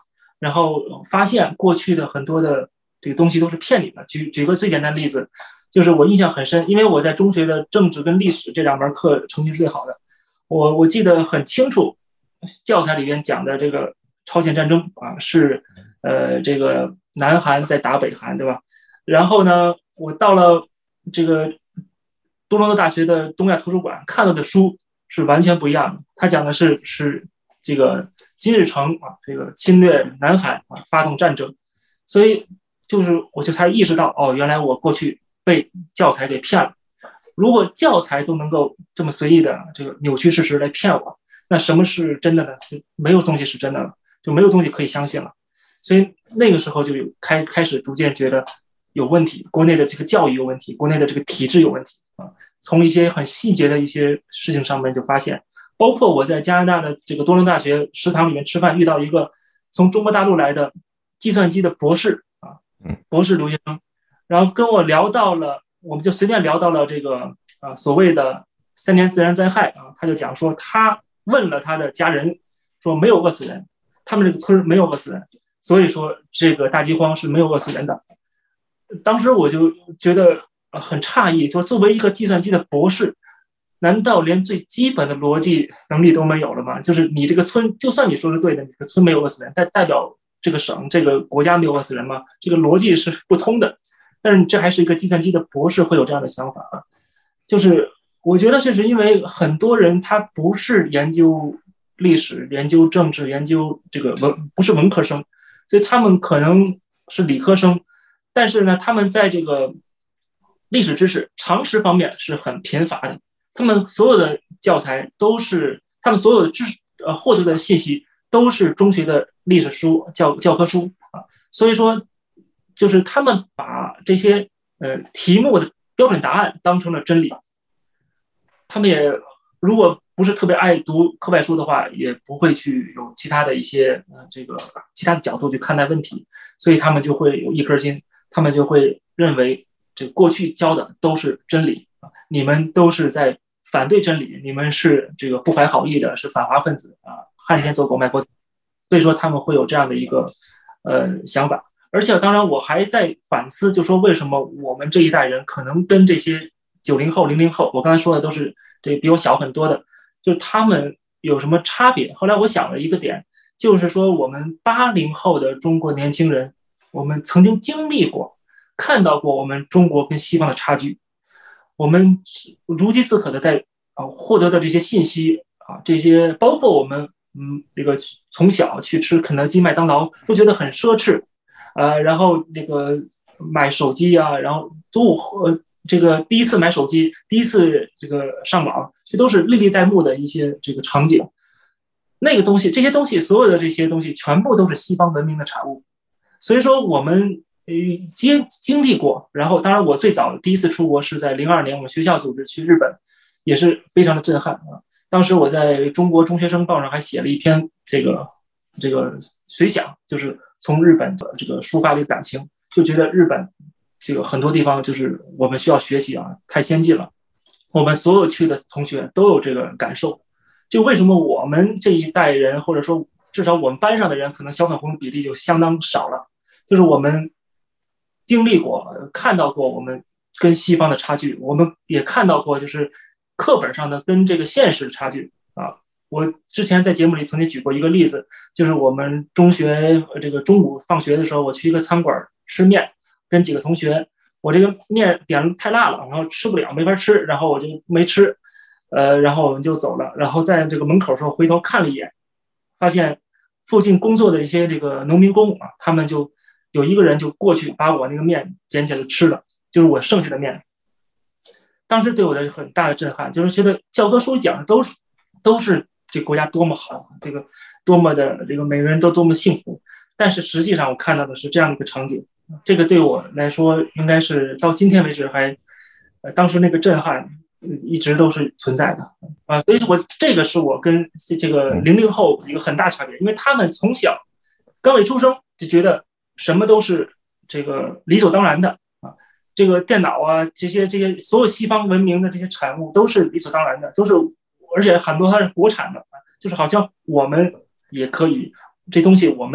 D: 然后发现过去的很多的这个东西都是骗你的。举个最简单的例子，就是我印象很深，因为我在中学的政治跟历史这2门课成绩是最好的，我记得很清楚，教材里边讲的这个朝鲜战争啊，是这个南韩在打北韩，对吧？然后呢，我到了这个多伦多大学的东亚图书馆看到的书是完全不一样的，他讲的是这个金日成啊，这个侵略南韩啊，发动战争，所以我就才意识到，哦，原来我过去被教材给骗了。如果教材都能够这么随意的这个扭曲事实来骗我，那什么是真的呢？就没有东西是真的了，就没有东西可以相信了。所以那个时候就开始逐渐觉得有问题，国内的这个教育有问题，国内的这个体制有问题啊。从一些很细节的一些事情上面就发现，包括我在加拿大的这个多伦大学食堂里面吃饭，遇到一个从中国大陆来的计算机的博士啊，博士留学生，然后跟我聊到了，我们就随便聊到了这个所谓的3年自然灾害啊，他就讲说他问了他的家人，说没有饿死人，他们这个村没有饿死人，所以说这个大饥荒是没有饿死人的。当时我就觉得很诧异，说作为一个计算机的博士，难道连最基本的逻辑能力都没有了吗？就是你这个村，就算你说是对的，你这个村没有饿死人，代表这个省这个国家没有饿死人吗？这个逻辑是不通的。但是这还是一个计算机的博士会有这样的想法啊，就是我觉得这是因为很多人他不是研究历史、研究政治、研究这个不是文科生，所以他们可能是理科生，但是呢，他们在这个历史知识常识方面是很贫乏的。他们所有的教材都是，他们所有的知识获得的信息都是中学的历史书、教科书啊，所以说就是他们把这些题目的标准答案当成了真理。他们也如果不是特别爱读课外书的话，也不会去有其他的一些这个其他的角度去看待问题，所以他们就会有一根筋，他们就会认为这过去教的都是真理，你们都是在反对真理，你们是这个不怀好意的，是反华分子啊，汉奸走狗卖国贼，所以说他们会有这样的一个想法。而且当然我还在反思，就说为什么我们这一代人可能跟这些90后、00后，我刚才说的都是这比我小很多的，就是他们有什么差别？后来我想了一个点，就是说我们80后的中国年轻人，我们曾经经历过、看到过我们中国跟西方的差距，我们如饥似渴的在获得的这些信息啊，这些包括我们这个从小去吃肯德基、麦当劳都觉得很奢侈，然后那个买手机啊，然后这个第一次买手机，第一次这个上网，这都是历历在目的一些这个场景。那个东西，这些东西，所有的这些东西，全部都是西方文明的产物。所以说，我们经历过。然后，当然，我最早第一次出国是在02年，我们学校组织去日本，也是非常的震撼啊。当时我在中国中学生报上还写了一篇这个随想，就是从日本的这个抒发的感情，就觉得日本这个很多地方就是我们需要学习啊，太先进了。我们所有去的同学都有这个感受。就为什么我们这一代人，或者说至少我们班上的人，可能小粉红比例就相当少了，就是我们经历过、看到过我们跟西方的差距，我们也看到过就是课本上的跟这个现实的差距啊。我之前在节目里曾经举过一个例子，就是我们中学这个中午放学的时候，我去一个餐馆吃面，跟几个同学，我这个面点太辣了，然后吃不了，没法吃，然后我就没吃，然后我们就走了，然后在这个门口的时候回头看了一眼，发现附近工作的一些这个农民工啊，他们就有一个人就过去把我那个面捡起来吃了，就是我剩下的面。当时对我的很大的震撼，就是觉得教科书讲的都是这个国家多么好，这个多么的这个每个人都多么幸福，但是实际上我看到的是这样的一个场景，这个对我来说应该是到今天为止还当时那个震撼一直都是存在的啊，所以这个是我跟这个00后一个很大差别，因为他们从小刚一出生就觉得什么都是这个理所当然的啊，这个电脑啊这些所有西方文明的这些产物都是理所当然的，都是而且很多它是国产的，就是好像我们也可以这东西我们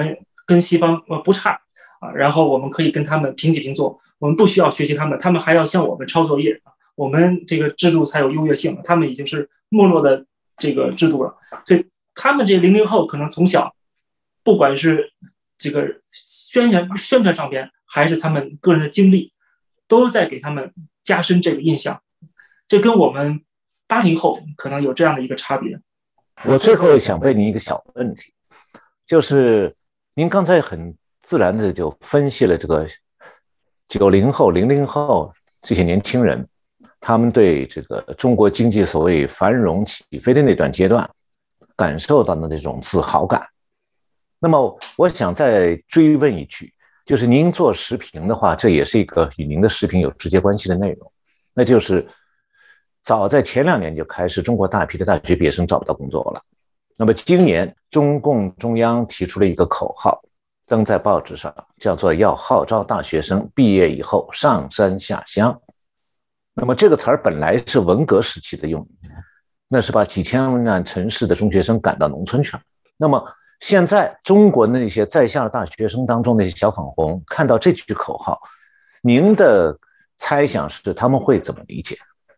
D: 跟西方不差啊，然后我们可以跟他们平起平坐，我们不需要学习他们，他们还要向我们抄作业，我们这个制度才有优越性，他们已经是没落的这个制度了。所以他们这00后可能从小，不管是这个宣传上边，还是他们个人的经历，都在给他们加深这个印象。这跟我们80后可能有这样的一个差别。
C: 我最后想问您一个小问题，就是您刚才很自然的就分析了这个90后、00后这些年轻人，他们对这个中国经济所谓繁荣起飞的那段阶段感受到的那种自豪感。那么我想再追问一句，就是您做时评的话，这也是一个与您的时评有直接关系的内容，那就是早在前2年就开始，中国大批的大学毕业生找不到工作了。那么今年中共中央提出了一个口号，登在报纸上，叫做要号召大学生毕业以后上山下乡。那么这个词儿本来是文革时期的用语，那是把几千万城市的中学生赶到农村去了。那么现在中国那些在校的大学生当中那些小粉红看到这句口号，您的猜想是他们会怎么理解？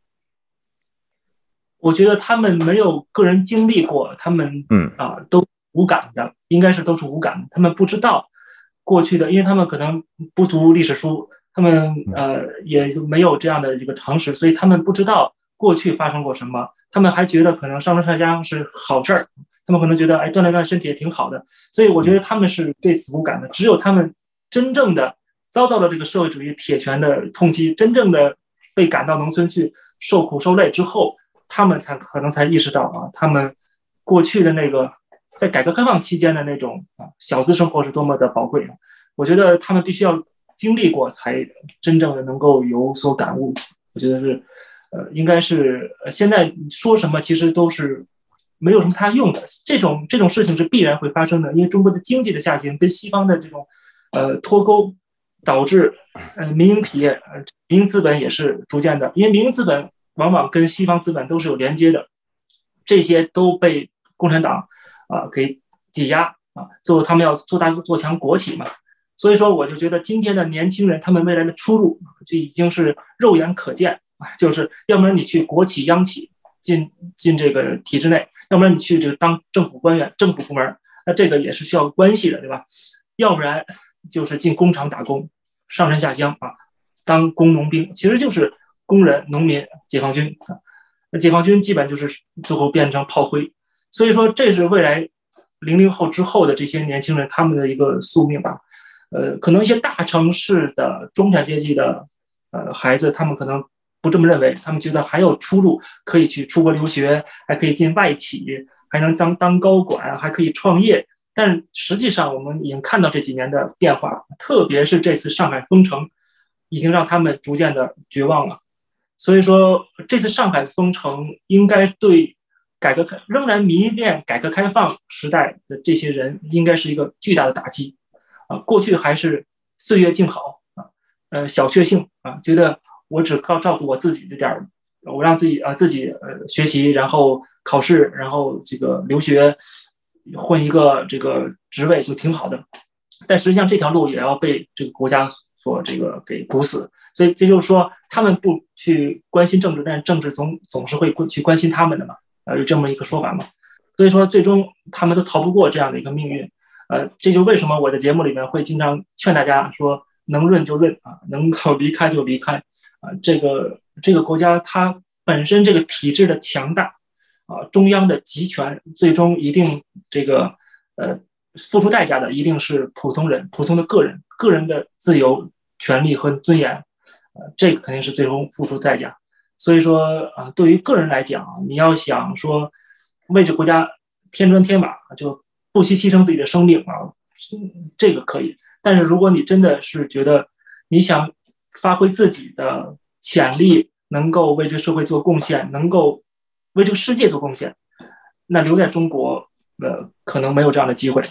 D: 我觉得他们没有个人经历过，他们都无感的，应该是都是无感的。他们不知道过去的，因为他们可能不读历史书，他们也就没有这样的一个常识，所以他们不知道过去发生过什么。他们还觉得可能上山下乡是好事儿，他们可能觉得锻炼身体也挺好的。所以我觉得他们是对此无感的。只有他们真正的遭到了这个社会主义铁拳的痛击，真正的被赶到农村去受苦受累之后，他们可能才意识到他们过去的那个在改革开放期间的那种小资生活是多么的宝贵。我觉得他们必须要经历过，才真正的能够有所感悟。我觉得是，应该是现在说什么其实都是没有什么太用的。这种事情是必然会发生的，因为中国的经济的下行跟西方的这种脱钩，导致民营企业、民营资本也是逐渐的，因为民营资本往往跟西方资本都是有连接的，这些都被共产党给挤压最后他们要做大做强国企嘛。所以说我就觉得今天的年轻人他们未来的出路就已经是肉眼可见，就是要不然你去国企央企进这个体制内，要不然你去这个当政府官员政府部门，那这个也是需要关系的，对吧？要不然就是进工厂打工，上山下乡当工农兵，其实就是工人、农民、解放军那解放军基本就是最后变成炮灰。所以说这是未来00后之后的这些年轻人他们的一个宿命吧。可能一些大城市的中产阶级的孩子，他们可能不这么认为，他们觉得还有出路，可以去出国留学，还可以进外企，还能当高管，还可以创业。但实际上我们已经看到这几年的变化，特别是这次上海封城已经让他们逐渐的绝望了。所以说这次上海封城应该对仍然迷恋改革开放时代的这些人应该是一个巨大的打击过去还是岁月静好小确幸觉得我只靠照顾我自己这点，我让自己学习，然后考试，然后这个留学，混一个这个职位就挺好的。但实际上这条路也要被这个国家所这个给堵死。所以这就是说，他们不去关心政治，但是政治总是会去关心他们的嘛，有这么一个说法嘛。所以说，最终他们都逃不过这样的一个命运。这就为什么我的节目里面会经常劝大家说，能润就润能够离开就离开这个国家它本身这个体制的强大中央的集权，最终一定这个付出代价的一定是普通人、普通的个人的自由、权利和尊严。这个肯定是最终付出代价。所以说对于个人来讲，你要想说为这国家添砖添瓦，就不惜牺牲自己的生命这个可以。但是如果你真的是觉得你想发挥自己的潜力，能够为这个社会做贡献，能够为这个世界做贡献，那留在中国可能没有这样的机会。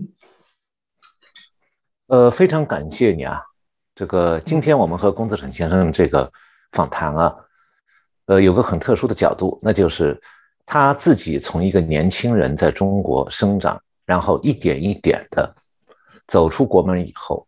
C: 非常感谢你这个今天我们和龚自珍先生这个访谈有个很特殊的角度，那就是他自己从一个年轻人在中国生长，然后一点一点的走出国门以后，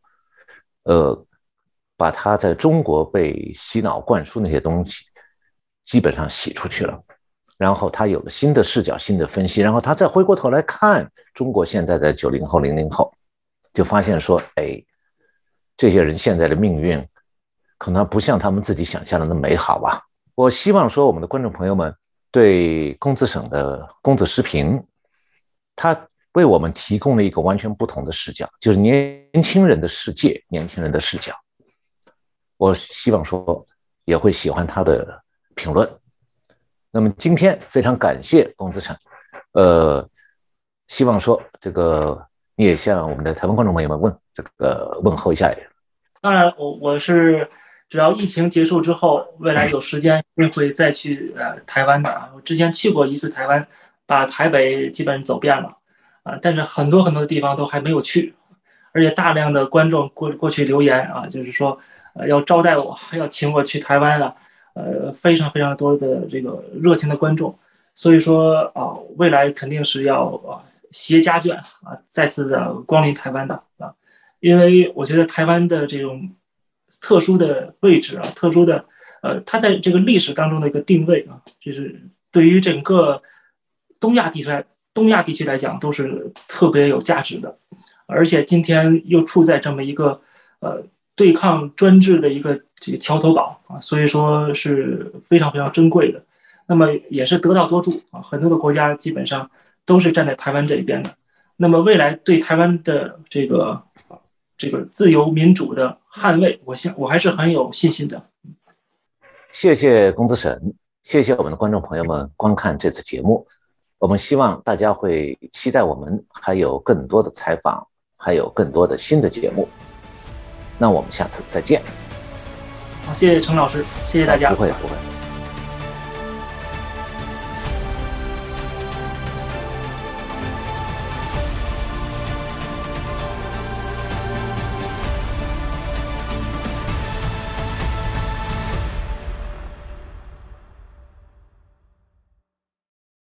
C: 把他在中国被洗脑灌输那些东西基本上洗出去了，然后他有了新的视角、新的分析，然后他再回过头来看中国现在的90后、00后，就发现说，哎，这些人现在的命运可能不像他们自己想象的那么美好吧。我希望说我们的观众朋友们对公子省的公子时评，他为我们提供了一个完全不同的视角，就是年轻人的世界，年轻人的视角。我希望说也会喜欢他的评论。那么今天非常感谢龚子成，希望说这个你也向我们的台湾观众朋友们问候一下。
D: 当然，我是只要疫情结束之后，未来有时间一定会再去台湾的啊。我之前去过一次台湾，把台北基本走遍了啊，但是很多的地方都还没有去，而且大量的观众过去留言啊，就是说要招待我，要请我去台湾啊，非常非常多的这个热情的观众，所以说啊，未来肯定是要携家眷啊再次的光临台湾的啊，因为我觉得台湾的这种特殊的位置啊，特殊的它在这个历史当中的一个定位啊，就是对于整个东亚地区来讲都是特别有价值的，而且今天又处在这么一个对抗专制的一个这个桥头堡啊，所以说是非常非常珍贵的。那么也是得道多助啊，很多的国家基本上都是站在台湾这一边的。那么未来对台湾的这个自由民主的捍卫，我还是很有信心的。
C: 谢谢龚子沈，谢谢我们的观众朋友们观看这次节目。我们希望大家会期待我们还有更多的采访，还有更多的新的节目。那我们下次再见。
D: 好，谢谢程老师，谢谢大家。
C: 不会。